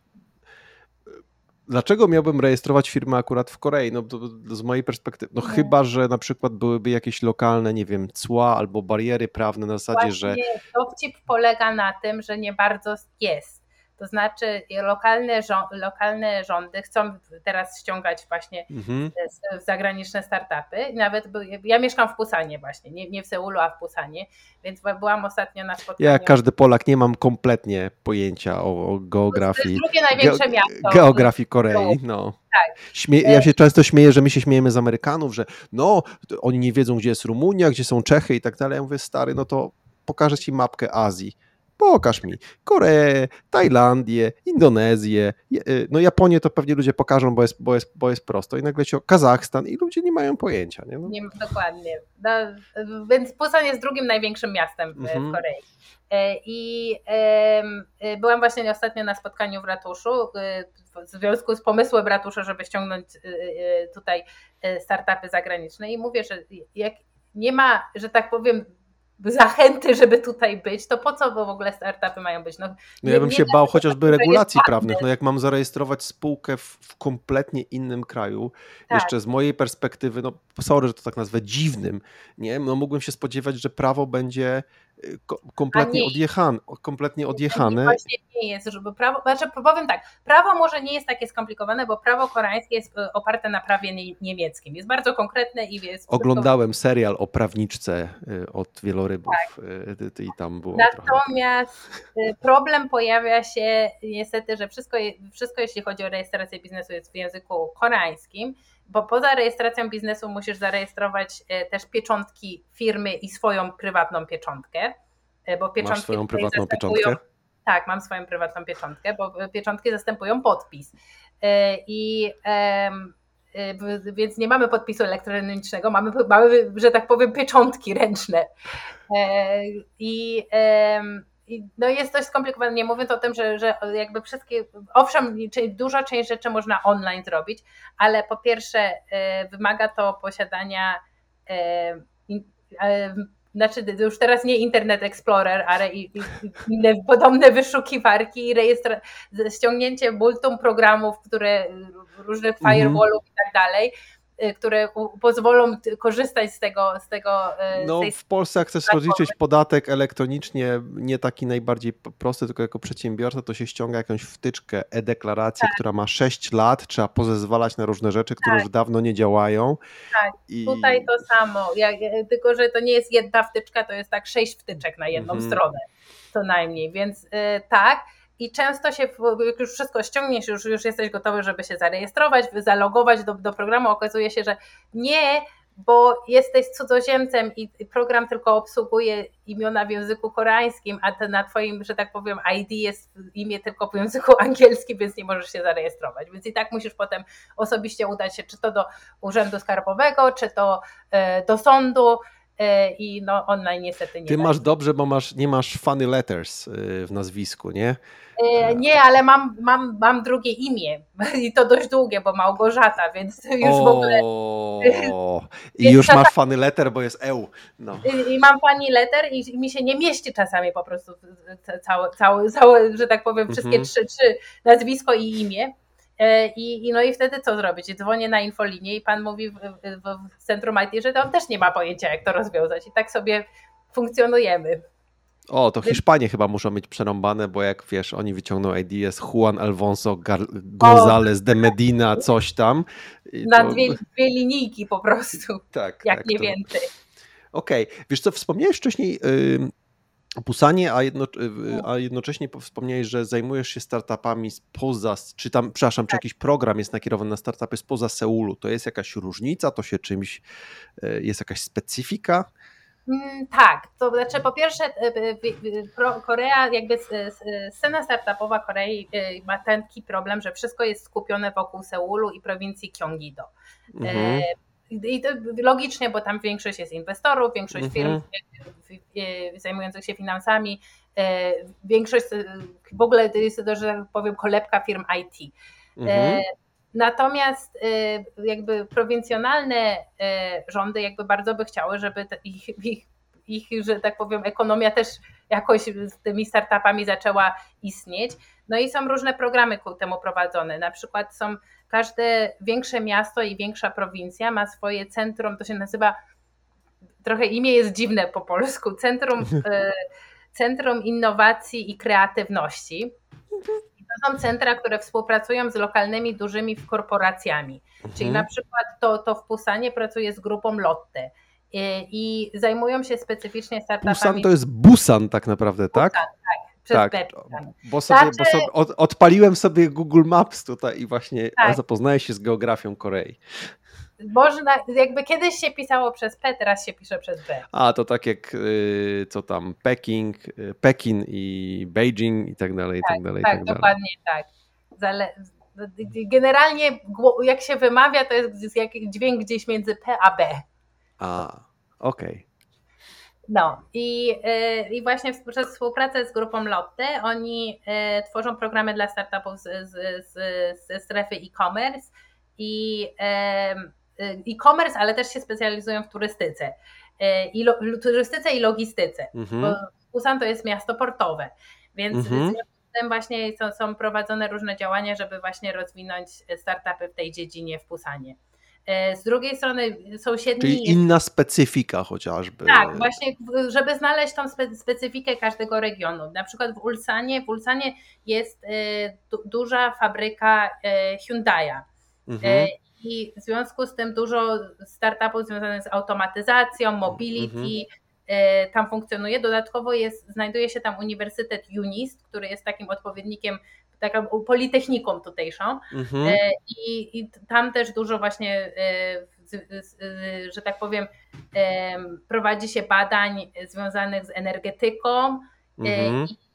Dlaczego miałbym rejestrować firmę akurat w Korei? No to, to z mojej perspektywy, no hmm. chyba, że na przykład byłyby jakieś lokalne, nie wiem, cła albo bariery prawne na zasadzie, Właśnie że... Dowcip polega na tym, że nie bardzo jest. To znaczy lokalne, rząd, lokalne rządy chcą teraz ściągać właśnie mhm. zagraniczne startupy. Nawet ja mieszkam w Pusanie właśnie, nie, nie w Seulu, a w Pusanie, więc byłam ostatnio na spotkaniu. Ja jak każdy Polak nie mam kompletnie pojęcia o, o geografii. To jest drugie największe ge- miasto. Geografii Korei, no. Tak. Śmie- ja się często śmieję, że my się śmiejemy z Amerykanów, że no, oni nie wiedzą, gdzie jest Rumunia, gdzie są Czechy i tak dalej. Ja mówię, stary, no to pokażę ci mapkę Azji. Pokaż mi Koreę, Tajlandię, Indonezję, no Japonię to pewnie ludzie pokażą, bo jest, bo jest, bo jest prosto i nagle się Kazachstan i ludzie nie mają pojęcia. Nie? No. Nie, dokładnie. No, więc Pusan jest drugim największym miastem w, mhm. w Korei. I y, byłam właśnie ostatnio na spotkaniu w ratuszu w związku z pomysłem ratusza, żeby ściągnąć y, y, tutaj startupy zagraniczne i mówię, że jak nie ma, że tak powiem, zachęty, żeby tutaj być, to po co w ogóle startupy mają być? No, no nie, ja bym się bał chociażby regulacji prawnych, no jak mam zarejestrować spółkę w, w kompletnie innym kraju, tak. jeszcze z mojej perspektywy, no sorry, że to tak nazwę dziwnym, nie? No mógłbym się spodziewać, że prawo będzie kompletnie nie, odjechane. Kompletnie odjechane. Właśnie nie jest, żeby prawo, znaczy powiem tak, prawo może nie jest takie skomplikowane, bo prawo koreańskie jest oparte na prawie niemieckim. Jest bardzo konkretne i jest... Oglądałem wszystko... serial o prawniczce od wielorybów tak. i tam było Natomiast trochę. Problem pojawia się niestety, że wszystko, wszystko jeśli chodzi o rejestrację biznesu jest w języku koreańskim, bo poza rejestracją biznesu musisz zarejestrować też pieczątki firmy i swoją prywatną pieczątkę. Bo pieczątki Masz swoją prywatną pieczątkę? Tak, mam swoją prywatną pieczątkę, bo pieczątki zastępują podpis. I więc nie mamy podpisu elektronicznego, mamy, mamy, że tak powiem, pieczątki ręczne. I I no jest dość skomplikowane, nie mówiąc o tym, że, że jakby wszystkie, owszem, duża część rzeczy można online zrobić, ale po pierwsze wymaga to posiadania, znaczy już teraz nie Internet Explorer, ale i, i inne podobne wyszukiwarki i rejestra- ściągnięcie multum programów, które różnych firewallów i tak dalej, które pozwolą korzystać z tego. Z tego no tej w Polsce jak chcesz rozliczyć podatek elektronicznie, nie taki najbardziej prosty, tylko jako przedsiębiorca, to się ściąga jakąś wtyczkę, e-deklarację, tak. która ma sześć lat, trzeba pozezwalać na różne rzeczy, które tak. już dawno nie działają. Tak, I... tutaj to samo, ja, tylko że to nie jest jedna wtyczka, to jest tak sześć wtyczek na jedną mhm. stronę, co najmniej, więc yy, tak. I często się, jak już wszystko ściągniesz, już, już jesteś gotowy, żeby się zarejestrować, zalogować do, do programu, okazuje się, że nie, bo jesteś cudzoziemcem i program tylko obsługuje imiona w języku koreańskim, a te na twoim, że tak powiem, I D jest imię tylko w języku angielskim, więc nie możesz się zarejestrować. Więc i tak musisz potem osobiście udać się czy to do urzędu skarbowego, czy to do sądu i no online niestety nie. Ty masz dobrze, bo masz, nie masz funny letters w nazwisku, nie? Nie, ale mam, mam, mam drugie imię i to dość długie, bo Małgorzata, więc już o, w ogóle... I już masz funny letter, bo jest eł. No. I, I mam funny letter i mi się nie mieści czasami po prostu całe, całe, całe że tak powiem, wszystkie mm-hmm. trzy, trzy nazwisko i imię. I, i no i wtedy co zrobić? Dzwonię na infolinię i pan mówi w, w, w centrum I T, że on też nie ma pojęcia, jak to rozwiązać. I tak sobie funkcjonujemy. O, to Hiszpanie chyba muszą mieć przerąbane, bo jak wiesz, oni wyciągną I D, jest Juan Alfonso Gar- González de Medina, coś tam. Na to... dwie, dwie linijki po prostu, tak, jak tak, nie to... więcej. Okej, okay. Wiesz co, wspomniałeś wcześniej yy, o Pusanie, a, jedno, yy, a jednocześnie wspomniałeś, że zajmujesz się startupami spoza, czy tam, przepraszam, tak. czy jakiś program jest nakierowany na startupy spoza Seulu. To jest jakaś różnica? To się czymś, yy, jest jakaś specyfika? Tak, to znaczy po pierwsze Korea, jakby scena startupowa Korei ma taki problem, że wszystko jest skupione wokół Seulu i prowincji Gyeonggi-do. Mhm. I to logicznie, bo tam większość jest inwestorów, większość firm mhm. zajmujących się finansami, większość w ogóle to jest to, że tak powiem, kolebka firm I T. Mhm. Natomiast jakby prowincjonalne rządy jakby bardzo by chciały, żeby ich, ich, ich, że tak powiem, ekonomia też jakoś z tymi startupami zaczęła istnieć. No i są różne programy ku temu prowadzone. Na przykład są każde większe miasto i większa prowincja ma swoje centrum, to się nazywa, trochę imię jest dziwne po polsku, Centrum, Centrum Innowacji i Kreatywności. To są centra, które współpracują z lokalnymi dużymi korporacjami. Mhm. Czyli na przykład to, to w Pusanie pracuje z grupą Lotte i, i zajmują się specyficznie startupami. Pusan to jest Busan tak naprawdę, tak? Busan, tak. Przez tak, bo, sobie, znaczy... bo sobie od, odpaliłem sobie Google Maps tutaj i właśnie tak. zapoznaję się z geografią Korei. Można, jakby kiedyś się pisało przez P, teraz się pisze przez B. A, to tak jak co tam, Peking, Pekin i Beijing i tak dalej, i tak, tak dalej. Tak, i tak dokładnie dalej. tak. Zale... Generalnie jak się wymawia, to jest dźwięk gdzieś między P a B. A, okej. Okay. No i, i właśnie przez współpracę z grupą Lotte oni tworzą programy dla startupów z, z, z, ze strefy e-commerce i e-commerce, ale też się specjalizują w turystyce. I lo, turystyce i logistyce. Mhm. Bo Busan to jest miasto portowe, więc mhm. z tym właśnie są, są prowadzone różne działania, żeby właśnie rozwinąć startupy w tej dziedzinie w Busanie. Z drugiej strony sąsiedni... Czyli inna specyfika chociażby. Tak, właśnie, żeby znaleźć tą spe, specyfikę każdego regionu. Na przykład w Ulsanie, w Ulsanie jest du, duża fabryka Hyundai'a. Mhm. I w związku z tym dużo startupów związanych z automatyzacją, mobility, mhm. tam funkcjonuje. Dodatkowo jest, znajduje się tam Uniwersytet UNIST, który jest takim odpowiednikiem, taką politechniką tutejszą mhm. I, i tam też dużo właśnie, że tak powiem, prowadzi się badań związanych z energetyką mhm. i,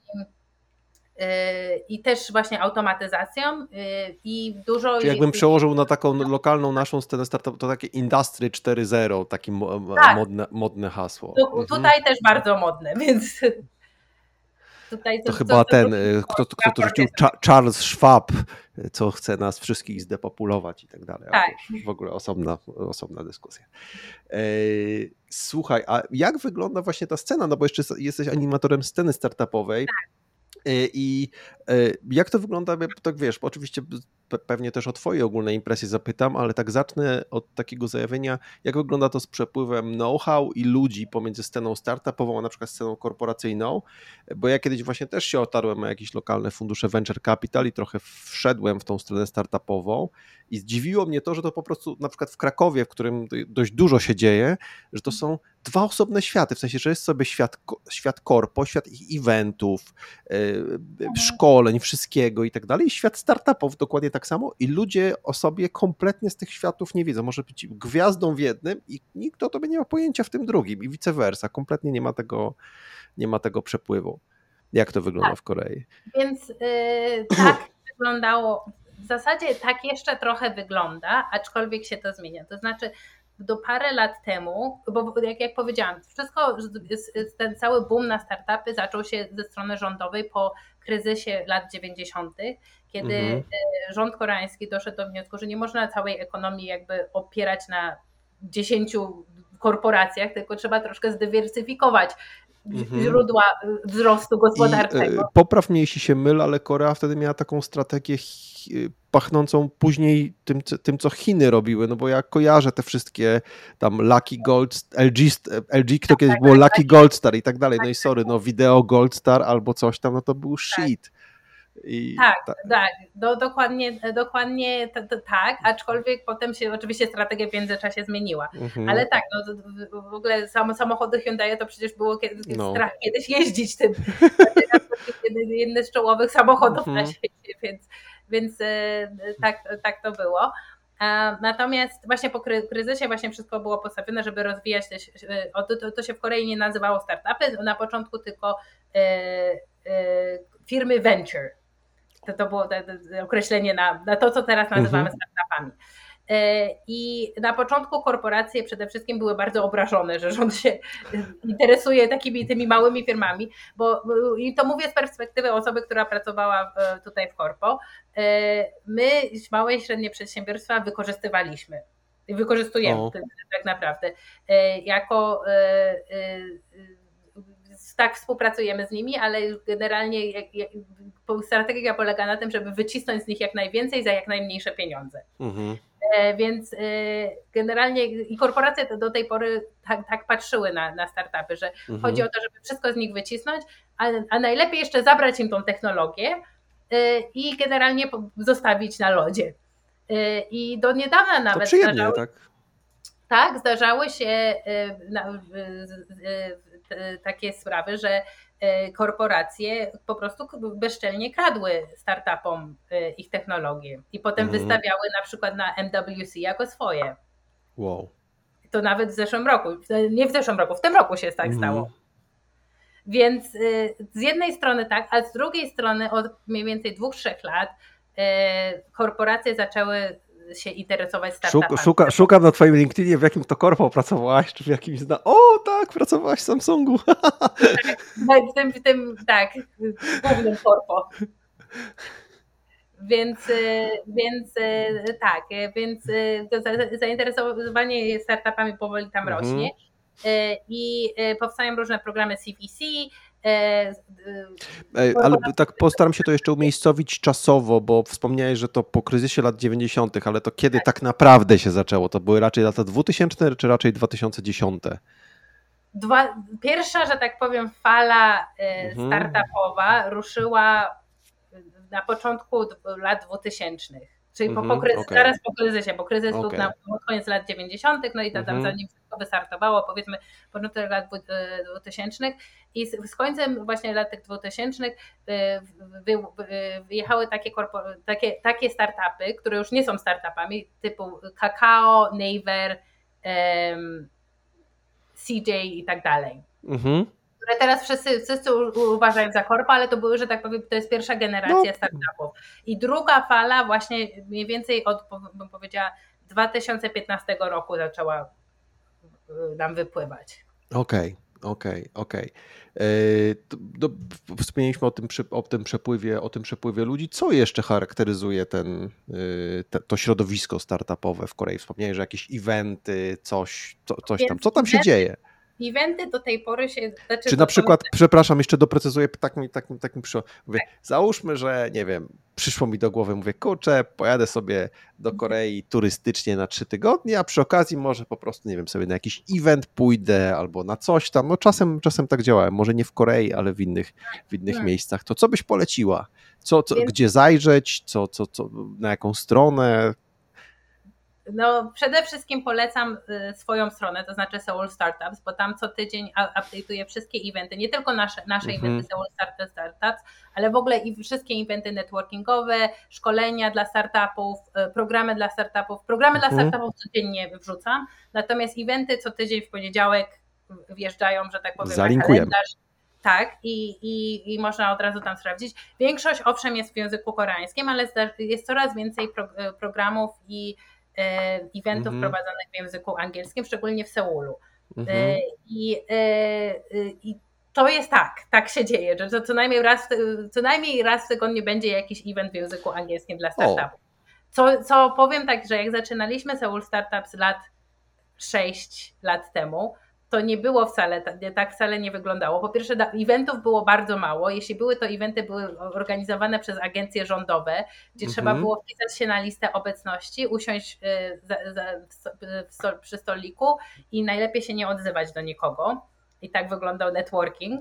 i też właśnie automatyzacją i dużo... Czyli jakbym przełożył na taką lokalną naszą scenę startup, to takie Industry cztery zero, takie tak. modne, modne hasło. Tu, mhm. Tutaj też bardzo modne, więc... Tutaj to, to chyba to, ten, to, kto, kto to rzucił, Charles Schwab, co chce nas wszystkich zdepopulować i tak dalej. Tak. W ogóle osobna, osobna dyskusja. Słuchaj, a jak wygląda właśnie ta scena? No bo jeszcze jesteś animatorem sceny startupowej. Tak. I jak to wygląda, tak wiesz, oczywiście pewnie też o twojej ogólnej impresji zapytam, ale tak zacznę od takiego zajawienia, jak wygląda to z przepływem know-how i ludzi pomiędzy sceną startupową, a na przykład sceną korporacyjną, bo ja kiedyś właśnie też się otarłem o jakieś lokalne fundusze venture capital i trochę wszedłem w tą stronę startupową i zdziwiło mnie to, że to po prostu na przykład w Krakowie, w którym dość dużo się dzieje, że to są dwa osobne światy, w sensie, że jest sobie świat, świat korpo, świat ich eventów, szkoleń, wszystkiego i tak dalej i świat startupów dokładnie tak tak samo i ludzie o sobie kompletnie z tych światów nie wiedzą. Może być gwiazdą w jednym i nikt o tobie nie ma pojęcia w tym drugim i vice versa. Kompletnie nie ma tego, nie ma tego przepływu. Jak to wygląda tak. w Korei? Więc yy, tak wyglądało, w zasadzie tak jeszcze trochę wygląda, aczkolwiek się to zmienia. To znaczy do parę lat temu, bo jak, jak powiedziałam, wszystko, ten cały boom na startupy zaczął się ze strony rządowej po kryzysie lat dziewięćdziesiątych, kiedy mhm. rząd koreański doszedł do wniosku, że nie można całej ekonomii jakby opierać na dziesięciu korporacjach, tylko trzeba troszkę zdywersyfikować źródła wzrostu gospodarczego. I, popraw mnie, jeśli się mylę, ale Korea wtedy miała taką strategię pachnącą później tym, tym, co Chiny robiły, no bo ja kojarzę te wszystkie tam Lucky Gold, L G, L G to kiedyś tak, było tak, Lucky tak, Gold Star i tak dalej, no i sorry, no wideo Gold Star albo coś tam, no to był shit. I tak, tak, tak. Do, dokładnie, dokładnie t, t, tak, aczkolwiek potem się oczywiście strategia w międzyczasie zmieniła. Mhm. Ale tak, no, w ogóle samo, samochody Hyundai to przecież było kiedy, no. strach kiedyś jeździć tym. Jedny z czołowych samochodów mhm. na świecie, więc, więc tak, tak to było. Natomiast właśnie po kryzysie właśnie wszystko było postawione, żeby rozwijać te, to, to się w Korei nie nazywało startupy, na początku tylko y, y, firmy venture. To, to było to, to określenie na, na to, co teraz nazywamy mhm. startupami. I na początku korporacje przede wszystkim były bardzo obrażone, że rząd się interesuje takimi tymi małymi firmami, bo i to mówię z perspektywy osoby, która pracowała tutaj w korpo. My małe i średnie przedsiębiorstwa wykorzystywaliśmy i wykorzystujemy o. tak naprawdę jako tak współpracujemy z nimi, ale generalnie jak, jak, strategia polega na tym, żeby wycisnąć z nich jak najwięcej za jak najmniejsze pieniądze. Mhm. E, więc e, generalnie i korporacje do tej pory tak, tak patrzyły na, na startupy, że mhm. chodzi o to, żeby wszystko z nich wycisnąć, a, a najlepiej jeszcze zabrać im tą technologię e, i generalnie zostawić na lodzie. E, I do niedawna nawet to przyjemnie, zdarzały, tak? Tak, zdarzały się e, na, e, takie sprawy, że korporacje po prostu bezczelnie kradły startupom ich technologie i potem mhm. wystawiały na przykład na M W C jako swoje. Wow. To nawet w zeszłym roku, nie w zeszłym roku, w tym roku się tak mhm. stało. Więc z jednej strony tak, a z drugiej strony od mniej więcej dwóch, trzech lat korporacje zaczęły się interesować startupami. Szuka, szukam na twoim LinkedInie, w jakim to korpo pracowałaś, czy w jakimś zna... O tak, pracowałaś w Samsungu. Tak, w tym, w tym tak, głównym korpo. Więc, więc tak, więc zainteresowanie startupami powoli tam mhm. rośnie i powstają różne programy C V C. Ale tak postaram się to jeszcze umiejscowić czasowo, bo wspomniałeś, że to po kryzysie lat dziewięćdziesiątych, ale to kiedy tak, tak naprawdę się zaczęło? To były raczej lata dwutysięczne czy raczej dwa tysiące dziesiąte? Dwa, pierwsza, że tak powiem, fala mhm. startupowa ruszyła na początku lat dwutysięcznych. Czyli po, po kryzys, okay. zaraz po kryzysie, bo kryzys okay. był na koniec lat dziewięćdziesiątych, no i tam mm-hmm. zanim wszystko wystartowało, powiedzmy początek lat dwutysięcznych i z, z końcem właśnie lat tych dwutysięcznych wy, wyjechały takie, korpo, takie, takie startupy, które już nie są startupami, typu Kakao, Naver, um, C J i tak dalej. Mm-hmm. Które teraz wszyscy, wszyscy uważają za korpo, ale to były, że tak powiem, to jest pierwsza generacja no. startupów. I druga fala właśnie mniej więcej od, bym powiedziała, dwa tysiące piętnastego roku zaczęła nam wypływać. Okej, okay, okej, okay, okej. Okay. Wspomnieliśmy o tym, o tym przepływie, o tym przepływie ludzi. Co jeszcze charakteryzuje ten, te, to środowisko startupowe w Korei? Wspomniałeś, że jakieś eventy, coś, co, coś tam. Co tam się dzieje? Eventy do tej pory się... Znaczy Czy na przykład, to... przepraszam, jeszcze doprecyzuję, tak mi, tak, tak mi przyszło. Mówię, tak. Załóżmy, że nie wiem, przyszło mi do głowy, mówię, kurczę, pojadę sobie do Korei turystycznie na trzy tygodnie, a przy okazji może po prostu, nie wiem, sobie na jakiś event pójdę albo na coś tam. No czasem, czasem tak działałem, może nie w Korei, ale w innych, w innych hmm. miejscach. To co byś poleciła? Co, co, Więc... Gdzie zajrzeć? Co, co, co, na jaką stronę? No, przede wszystkim polecam swoją stronę, to znaczy Seoul Startups, bo tam co tydzień update'uję wszystkie eventy, nie tylko nasze, nasze mhm. eventy Seoul Startups, ale w ogóle i wszystkie eventy networkingowe, szkolenia dla startupów, programy dla startupów. Programy mhm. dla startupów codziennie wrzucam, natomiast eventy co tydzień w poniedziałek wjeżdżają, że tak powiem, na kalendarz. Tak, i, i, i można od razu tam sprawdzić. Większość owszem jest w języku koreańskim, ale jest coraz więcej pro, programów i eventów mm-hmm. prowadzonych w języku angielskim, szczególnie w Seulu. Mm-hmm. I, I to jest tak, tak się dzieje, że co najmniej raz, co najmniej raz w tygodniu będzie jakiś event w języku angielskim dla startupów. Co, co powiem tak, że jak zaczynaliśmy Seoul Startups lat sześć lat temu, to nie było wcale, tak wcale nie wyglądało. Po pierwsze, eventów było bardzo mało. Jeśli były, to eventy były organizowane przez agencje rządowe, gdzie mm-hmm. trzeba było wpisać się na listę obecności, usiąść za, za, przy stoliku i najlepiej się nie odzywać do nikogo. I tak wyglądał networking.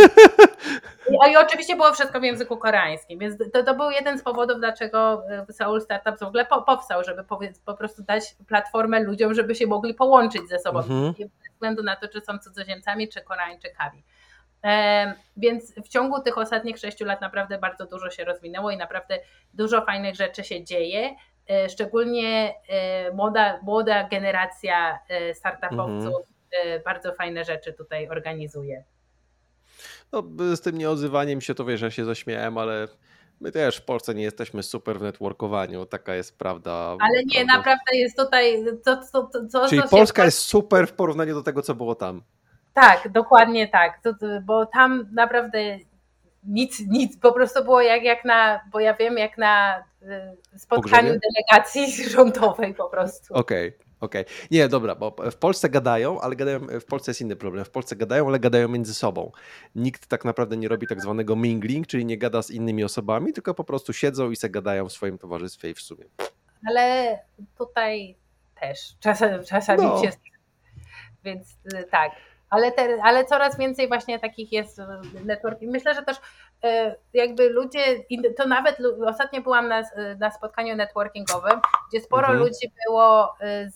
I, I oczywiście było wszystko w języku koreańskim, więc to, to był jeden z powodów, dlaczego Seoul Startups w ogóle po, powstał, żeby po, po prostu dać platformę ludziom, żeby się mogli połączyć ze sobą, mm-hmm. bez względu na to, czy są cudzoziemcami, czy Koreańczykami. E, więc w ciągu tych ostatnich sześciu lat naprawdę bardzo dużo się rozwinęło i naprawdę dużo fajnych rzeczy się dzieje. E, szczególnie e, młoda, młoda generacja e, startupowców mm-hmm. bardzo fajne rzeczy tutaj organizuje. No, z tym nieodzywaniem się to wiesz, że się zaśmiałem, ale my też w Polsce nie jesteśmy super w networkowaniu, taka jest prawda. Ale nie, prawda. Naprawdę jest tutaj... To, to, to, to, Czyli co Polska się... jest super w porównaniu do tego, co było tam. Tak, dokładnie tak, to, to, bo tam naprawdę nic, nic, po prostu było jak, jak na, bo ja wiem, jak na spotkaniu Pogrzebie? delegacji rządowej po prostu. Okej. Okay. Okej. Okay. Nie, dobra, bo w Polsce gadają, ale gadają, w Polsce jest inny problem. W Polsce gadają, ale gadają między sobą. Nikt tak naprawdę nie robi tak zwanego mingling, czyli nie gada z innymi osobami, tylko po prostu siedzą i se gadają w swoim towarzystwie i w sumie. Ale tutaj też czasami, czasami no. się... Więc tak. Ale, te, ale coraz więcej właśnie takich jest networking. Myślę, że też jakby ludzie, to nawet ostatnio byłam na, na spotkaniu networkingowym, gdzie sporo mhm. ludzi było z,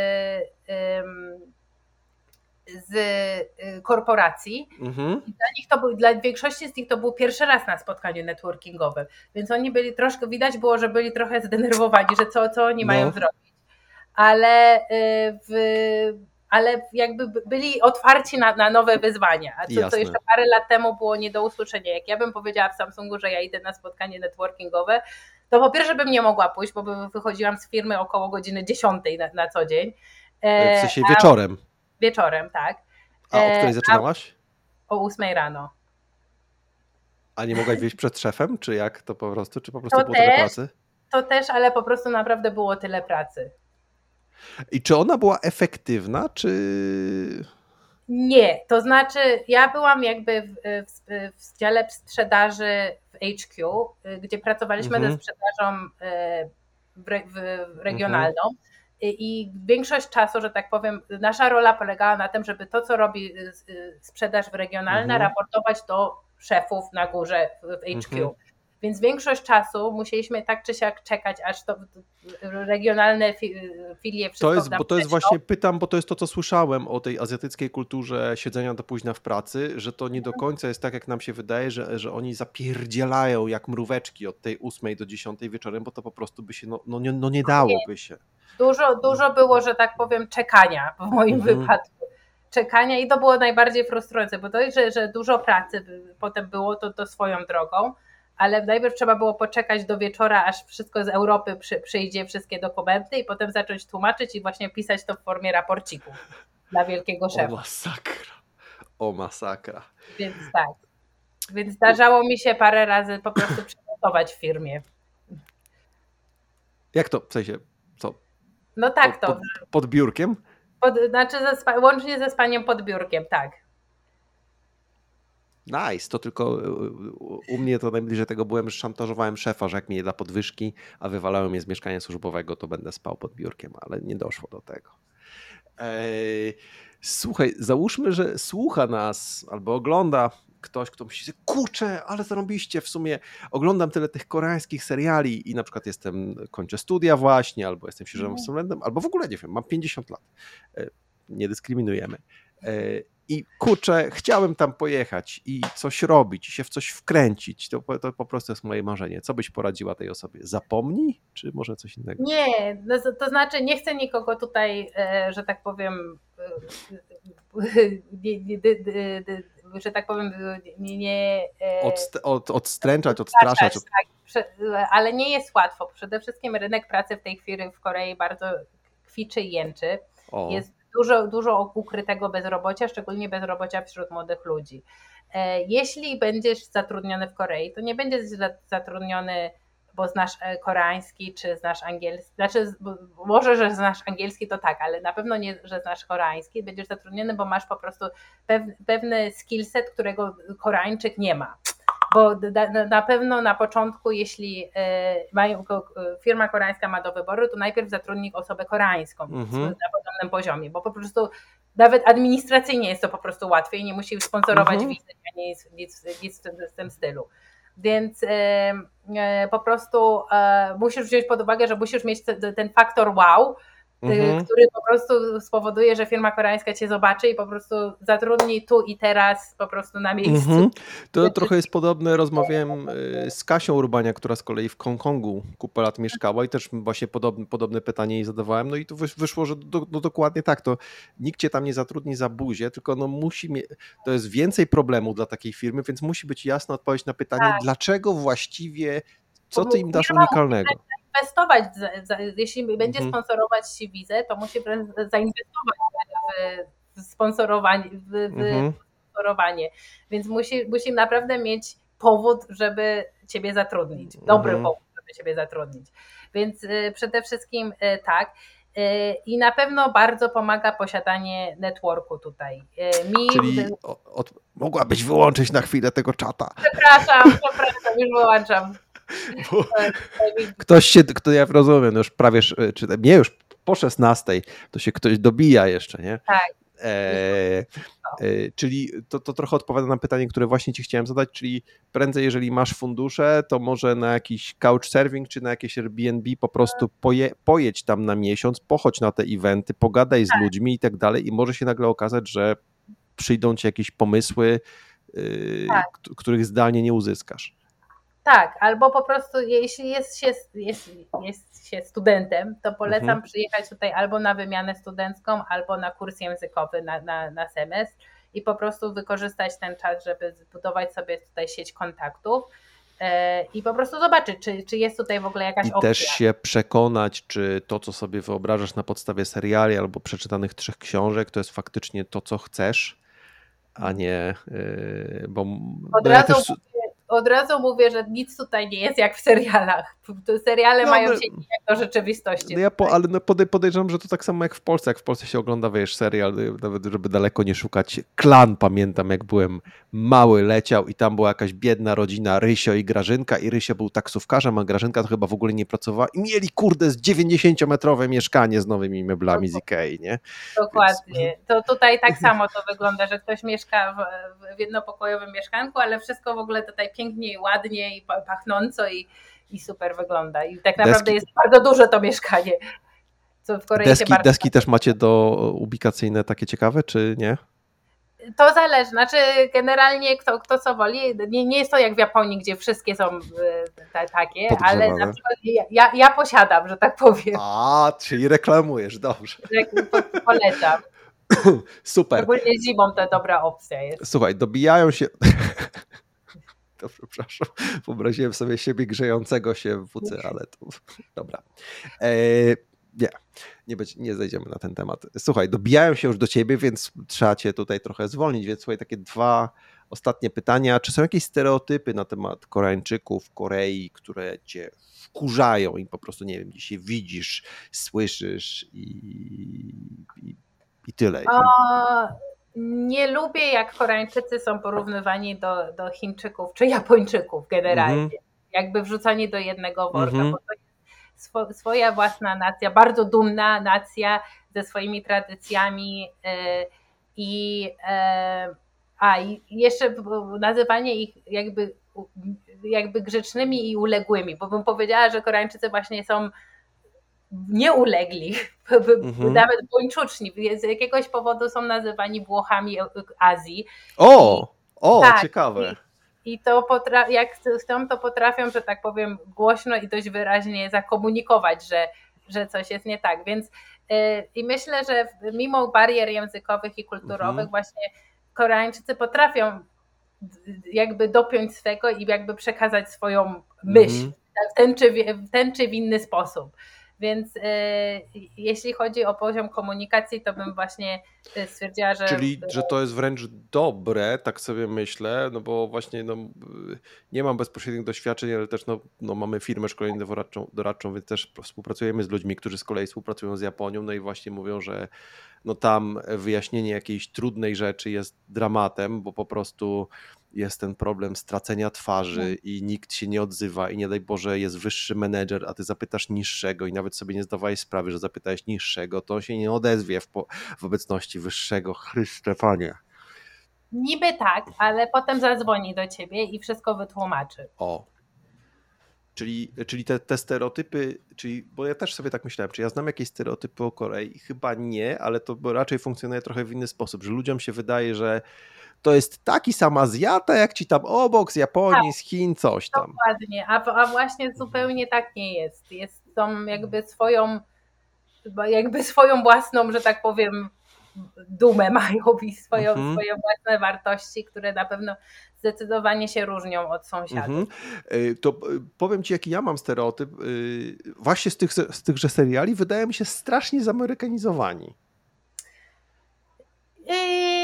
z korporacji mhm. i dla nich to był, dla większości z nich to był pierwszy raz na spotkaniu networkingowym, więc oni byli troszkę, widać było, że byli trochę zdenerwowani, że co, co oni no. mają zrobić. Ale w ale jakby byli otwarci na, na nowe wyzwania, a co, co jeszcze parę lat temu było nie do usłyszenia. Jak ja bym powiedziała w Samsungu, że ja idę na spotkanie networkingowe, to po pierwsze bym nie mogła pójść, bo wychodziłam z firmy około godziny dziesiątej na, na co dzień. W sensie a, wieczorem? Wieczorem, tak. A o której zaczynałaś? O ósmej rano. A nie mogłaś wyjść przed szefem, czy jak to po prostu, czy po prostu to było też, tyle pracy? To też, ale po prostu naprawdę było tyle pracy. I czy ona była efektywna, czy... Nie, to znaczy ja byłam jakby w, w, w dziale sprzedaży w H Q, gdzie pracowaliśmy mhm. ze sprzedażą w, w, regionalną mhm. i większość czasu, że tak powiem, nasza rola polegała na tym, żeby to, co robi sprzedaż regionalna, mhm. raportować do szefów na górze w H Q. Mhm. Więc większość czasu musieliśmy tak czy siak czekać, aż to regionalne filie wszystko to jest, bo to jest właśnie, pytam, bo to jest to, co słyszałem o tej azjatyckiej kulturze siedzenia do późna w pracy, że to nie do końca jest tak, jak nam się wydaje, że, że oni zapierdzielają jak mróweczki od tej ósmej do dziesiątej wieczorem, bo to po prostu by się, no, no, nie, no nie dałoby się. Dużo, dużo było, że tak powiem, czekania w moim mhm. wypadku. Czekania i to było najbardziej frustrujące, bo to, że, że dużo pracy potem było, to, to swoją drogą, ale najpierw trzeba było poczekać do wieczora, aż wszystko z Europy przy, przyjdzie, wszystkie dokumenty i potem zacząć tłumaczyć i właśnie pisać to w formie raporciku dla wielkiego szefa. O masakra, o masakra. Więc tak, więc zdarzało mi się parę razy po prostu przygotować w firmie. Jak to, w sensie, co? No tak pod, to. Pod, pod biurkiem? Pod, znaczy ze spa, łącznie ze spaniem pod biurkiem, tak. Nice, to tylko u mnie to najbliżej tego byłem, że szantażowałem szefa, że jak mi nie da podwyżki, a wywalałem mnie z mieszkania służbowego, to będę spał pod biurkiem, ale nie doszło do tego. Eee, słuchaj, załóżmy, że słucha nas albo ogląda ktoś, kto myśli, że kurczę, ale zarobiście, w sumie oglądam tyle tych koreańskich seriali i na przykład jestem, kończę studia właśnie, albo jestem księżem absolwentem, albo w ogóle nie wiem, mam pięćdziesiąt lat. Nie dyskryminujemy. I kurczę, chciałem tam pojechać i coś robić, i się w coś wkręcić. To, to po prostu jest moje marzenie. Co byś poradziła tej osobie? Zapomnij, czy może coś innego? Nie, no, to znaczy nie chcę nikogo tutaj, że tak powiem, że tak powiem, nie... nie od, od, odstręczać, odstraszać. Od... Tak, ale nie jest łatwo. Przede wszystkim rynek pracy w tej chwili w Korei bardzo kwiczy i jęczy. O. Jest dużo, dużo ukrytego bezrobocia, szczególnie bezrobocia wśród młodych ludzi. Jeśli będziesz zatrudniony w Korei, to nie będziesz zatrudniony, bo znasz koreański, czy znasz angielski. Znaczy, może, że znasz angielski, to tak, ale na pewno nie, że znasz koreański. Będziesz zatrudniony, bo masz po prostu pewny skillset, którego Koreańczyk nie ma. Bo na pewno na początku, jeśli mają, firma koreańska ma do wyboru, to najpierw zatrudni osobę koreańską mm-hmm. na podobnym poziomie, bo po prostu nawet administracyjnie jest to po prostu łatwiej, nie musi sponsorować mm-hmm. wizy, nic, nic, nic w tym stylu. Więc e, e, po prostu e, musisz wziąć pod uwagę, że musisz mieć te, ten faktor wow, mhm. który po prostu spowoduje, że firma koreańska cię zobaczy i po prostu zatrudni tu i teraz po prostu na miejscu. Mhm. To znaczy... trochę jest podobne, rozmawiałem z Kasią Urbania, która z kolei w Hongkongu kupę lat mieszkała i też właśnie podobne, podobne pytanie jej zadawałem, no i tu wyszło, że do, no dokładnie tak, to nikt cię tam nie zatrudni za buzię, tylko no musi mieć, to jest więcej problemu dla takiej firmy, więc musi być jasna odpowiedź na pytanie, tak. dlaczego właściwie, co ty im dasz unikalnego? Inwestować, jeśli będzie mhm. sponsorować ci wizę, to musi zainwestować w sponsorowanie, w, w mhm. sponsorowanie. Więc musi, musi naprawdę mieć powód, żeby ciebie zatrudnić. Dobry mhm. powód, żeby ciebie zatrudnić. Więc y, przede wszystkim y, tak. Y, I na pewno bardzo pomaga posiadanie networku tutaj. Y, mi Czyli od, od, mogłabyś wyłączyć na chwilę tego czata. Przepraszam, przepraszam, już wyłączam. Bo ktoś się, kto ja rozumiem, no już prawie, czy nie już po szesnastej, to się ktoś dobija jeszcze, nie? Tak. E, e, czyli to, to trochę odpowiada na pytanie, które właśnie ci chciałem zadać, czyli prędzej, jeżeli masz fundusze, to może na jakiś couchsurfing, czy na jakieś Airbnb po prostu poje, pojedź tam na miesiąc, pochodź na te eventy, pogadaj z tak. ludźmi i tak dalej i może się nagle okazać, że przyjdą ci jakieś pomysły, yy, tak. k- których zdalnie nie uzyskasz. Tak, albo po prostu jeśli jest się, jest, jest się studentem, to polecam mhm. przyjechać tutaj albo na wymianę studencką, albo na kurs językowy na, na, na semestr i po prostu wykorzystać ten czas, żeby zbudować sobie tutaj sieć kontaktów yy, i po prostu zobaczyć, czy, czy jest tutaj w ogóle jakaś I opcja. I też się przekonać, czy to, co sobie wyobrażasz na podstawie seriali albo przeczytanych trzech książek, to jest faktycznie to, co chcesz, a nie... Yy, bo Od razu ja też... Od razu mówię, że nic tutaj nie jest jak w serialach. Seriale no, mają się nijak do rzeczywistości. No ja po, ale no podejrzewam, że to tak samo jak w Polsce. Jak w Polsce się ogląda, wiesz, serial, nawet żeby daleko nie szukać. Klan, pamiętam, jak byłem mały, leciał i tam była jakaś biedna rodzina, Rysio i Grażynka i Rysio był taksówkarzem, a Grażynka to chyba w ogóle nie pracowała i mieli, kurde, z dziewięćdziesięciometrowe mieszkanie z nowymi meblami z Ikei, nie? Dokładnie. Więc... To tutaj tak samo to wygląda, że ktoś mieszka w, w jednopokojowym mieszkanku, ale wszystko w ogóle tutaj pięknie, ładnie i pachnąco i, i super wygląda. I tak naprawdę deski, jest bardzo duże to mieszkanie. Co w Korei deski się bardzo deski też macie do ubikacyjne takie ciekawe, czy nie? To zależy, znaczy generalnie kto, kto co woli. Nie, nie jest to jak w Japonii, gdzie wszystkie są te, takie, ale na przykład ja, ja posiadam, że tak powiem. A, czyli reklamujesz, dobrze. Po, polecam. Super. Szczególnie zimą to dobra opcja jest. Słuchaj, dobijają się... To przepraszam, wyobraziłem sobie siebie grzejącego się w wódce, ale to dobra. E, nie, nie, będzie, nie zejdziemy na ten temat. Słuchaj, dobijają się już do ciebie, więc trzeba cię tutaj trochę zwolnić, więc słuchaj, takie dwa ostatnie pytania. Czy są jakieś stereotypy na temat Koreańczyków, Korei, które cię wkurzają i po prostu, nie wiem, dzisiaj widzisz, słyszysz i, i, i tyle? O... Nie lubię, jak Koreańczycy są porównywani do, do Chińczyków czy Japończyków generalnie. Mm-hmm. Jakby wrzucani do jednego worka, mm-hmm. bo to jest swo, swoja własna nacja, bardzo dumna nacja ze swoimi tradycjami yy, i yy, A i jeszcze nazywanie ich jakby, jakby grzecznymi i uległymi, bo bym powiedziała, że Koreańczycy właśnie są nieulegli, mhm. nawet buńczuczni. Z jakiegoś powodu są nazywani Włochami Azji. O, o, tak, ciekawe. I, i to potra- jak chcą, to potrafią, że tak powiem, głośno i dość wyraźnie zakomunikować, że, że coś jest nie tak. Więc yy, i myślę, że mimo barier językowych i kulturowych mhm. właśnie Koreańczycy potrafią jakby dopiąć swego i jakby przekazać swoją myśl mhm. w, ten czy w, w ten czy w inny sposób. Więc y, jeśli chodzi o poziom komunikacji, to bym właśnie stwierdziła, że... Czyli, że to jest wręcz dobre, tak sobie myślę, no bo właśnie no, nie mam bezpośrednich doświadczeń, ale też no, no, mamy firmę szkoleniowo-doradczą, doradczą, więc też współpracujemy z ludźmi, którzy z kolei współpracują z Japonią, no i właśnie mówią, że no tam wyjaśnienie jakiejś trudnej rzeczy jest dramatem, bo po prostu jest ten problem stracenia twarzy i nikt się nie odzywa i nie daj Boże jest wyższy menedżer, a ty zapytasz niższego i nawet sobie nie zdawałeś sprawy, że zapytałeś niższego, to on się nie odezwie w, po, w obecności wyższego. Chryste Panie. Niby tak, ale potem zadzwoni do ciebie i wszystko wytłumaczy. O. Czyli, czyli te, te stereotypy, czyli, bo ja też sobie tak myślałem, czy ja znam jakieś stereotypy o Korei? Chyba nie, ale to raczej funkcjonuje trochę w inny sposób, że ludziom się wydaje, że to jest taki sam Azjata, jak ci tam obok z Japonii, tak, z Chin, coś tam. Dokładnie, a, a właśnie zupełnie tak nie jest. Jest tą jakby swoją, jakby swoją własną, że tak powiem, dumę mają i swoją, mhm. swoje własne wartości, które na pewno zdecydowanie się różnią od sąsiadów. Mhm. To powiem ci, jaki ja mam stereotyp. Właśnie z, tych, z tychże seriali wydaje mi się strasznie zamerykanizowani. Yy...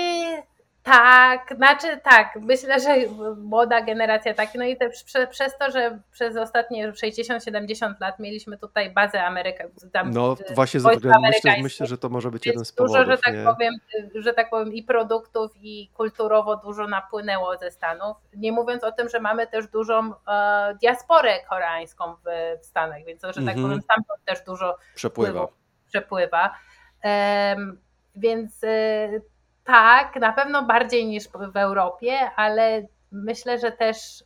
Tak, znaczy tak, myślę, że młoda generacja tak, no i te, prze, przez to, że przez ostatnie sześćdziesiąt siedemdziesiąt lat mieliśmy tutaj bazę amerykańską. No właśnie, myślę, myślę, że to może być jeden z powodów. Dużo, że tak, nie? powiem, że tak powiem i produktów i kulturowo dużo napłynęło ze Stanów, nie mówiąc o tym, że mamy też dużą e, diasporę koreańską w, w Stanach, więc to, że tak mm-hmm. powiem, stamtąd też dużo przepływa. Wpływu, przepływa. E, więc e, tak, na pewno bardziej niż w Europie, ale myślę, że też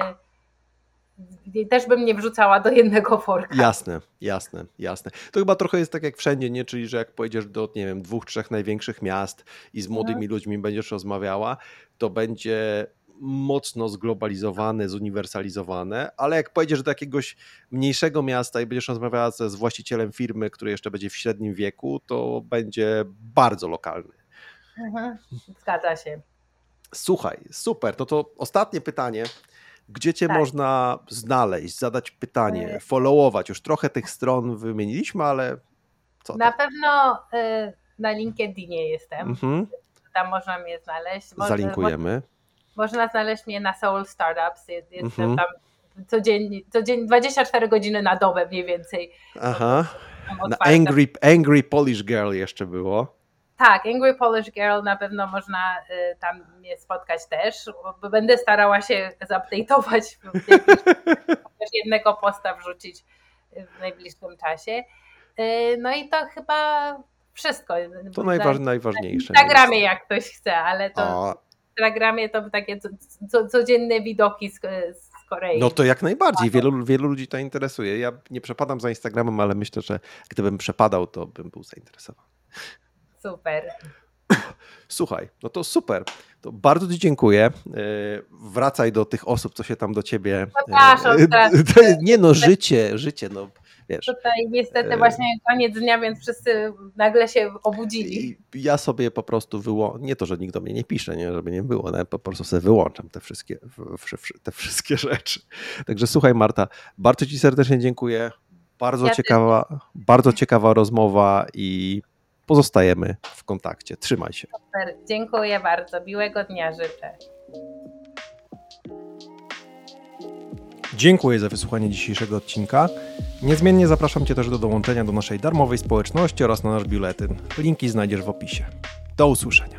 yy, też bym nie wrzucała do jednego worka. Jasne, jasne, jasne. To chyba trochę jest tak jak wszędzie, nie? Czyli że jak pojedziesz do, nie wiem, dwóch, trzech największych miast i z młodymi hmm. ludźmi będziesz rozmawiała, to będzie mocno zglobalizowane, zuniwersalizowane, ale jak pojedziesz do jakiegoś mniejszego miasta i będziesz rozmawiała z właścicielem firmy, który jeszcze będzie w średnim wieku, to będzie bardzo lokalny. Mhm, zgadza się. Słuchaj, super. No to ostatnie pytanie. Gdzie cię tak. można znaleźć, zadać pytanie, followować? Już trochę tych stron wymieniliśmy, ale co Na to? pewno y, na LinkedInie jestem. Mhm. Tam można mnie znaleźć. Może, Zalinkujemy. Można znaleźć mnie na Seoul Startups. Jestem mhm. tam codziennie, codziennie, dwadzieścia cztery godziny na dobę mniej więcej. Aha. Na Angry, Angry Polish Girl jeszcze było. Tak, Angry Polish Girl na pewno można y, tam mnie spotkać też, bo będę starała się zupdate'ować, chociaż jednego posta wrzucić w najbliższym czasie. Y, no i to chyba wszystko. To najważ, najważniejsze. Na Instagramie jak ktoś chce, ale to A. w Instagramie to takie co, co, codzienne widoki z, z Korei. No to jak najbardziej, wielu, wielu ludzi to interesuje. Ja nie przepadam za Instagramem, ale myślę, że gdybym przepadał, to bym był zainteresowany. Super. Słuchaj, no to super. To bardzo ci dziękuję. Wracaj do tych osób, co się tam do ciebie... Przepraszam. Nie no, życie, życie, no wiesz. Tutaj niestety właśnie koniec dnia, więc wszyscy nagle się obudzili. I ja sobie po prostu wyłączam, nie to, że nikt do mnie nie pisze, nie, żeby nie było, ale po prostu sobie wyłączam te wszystkie, te wszystkie rzeczy. Także słuchaj Marta, bardzo ci serdecznie dziękuję. Bardzo ja ciekawa, też. bardzo ciekawa rozmowa i pozostajemy w kontakcie. Trzymaj się. Super, dziękuję bardzo. Miłego dnia życzę. Dziękuję za wysłuchanie dzisiejszego odcinka. Niezmiennie zapraszam Cię też do dołączenia do naszej darmowej społeczności oraz na nasz biuletyn. Linki znajdziesz w opisie. Do usłyszenia.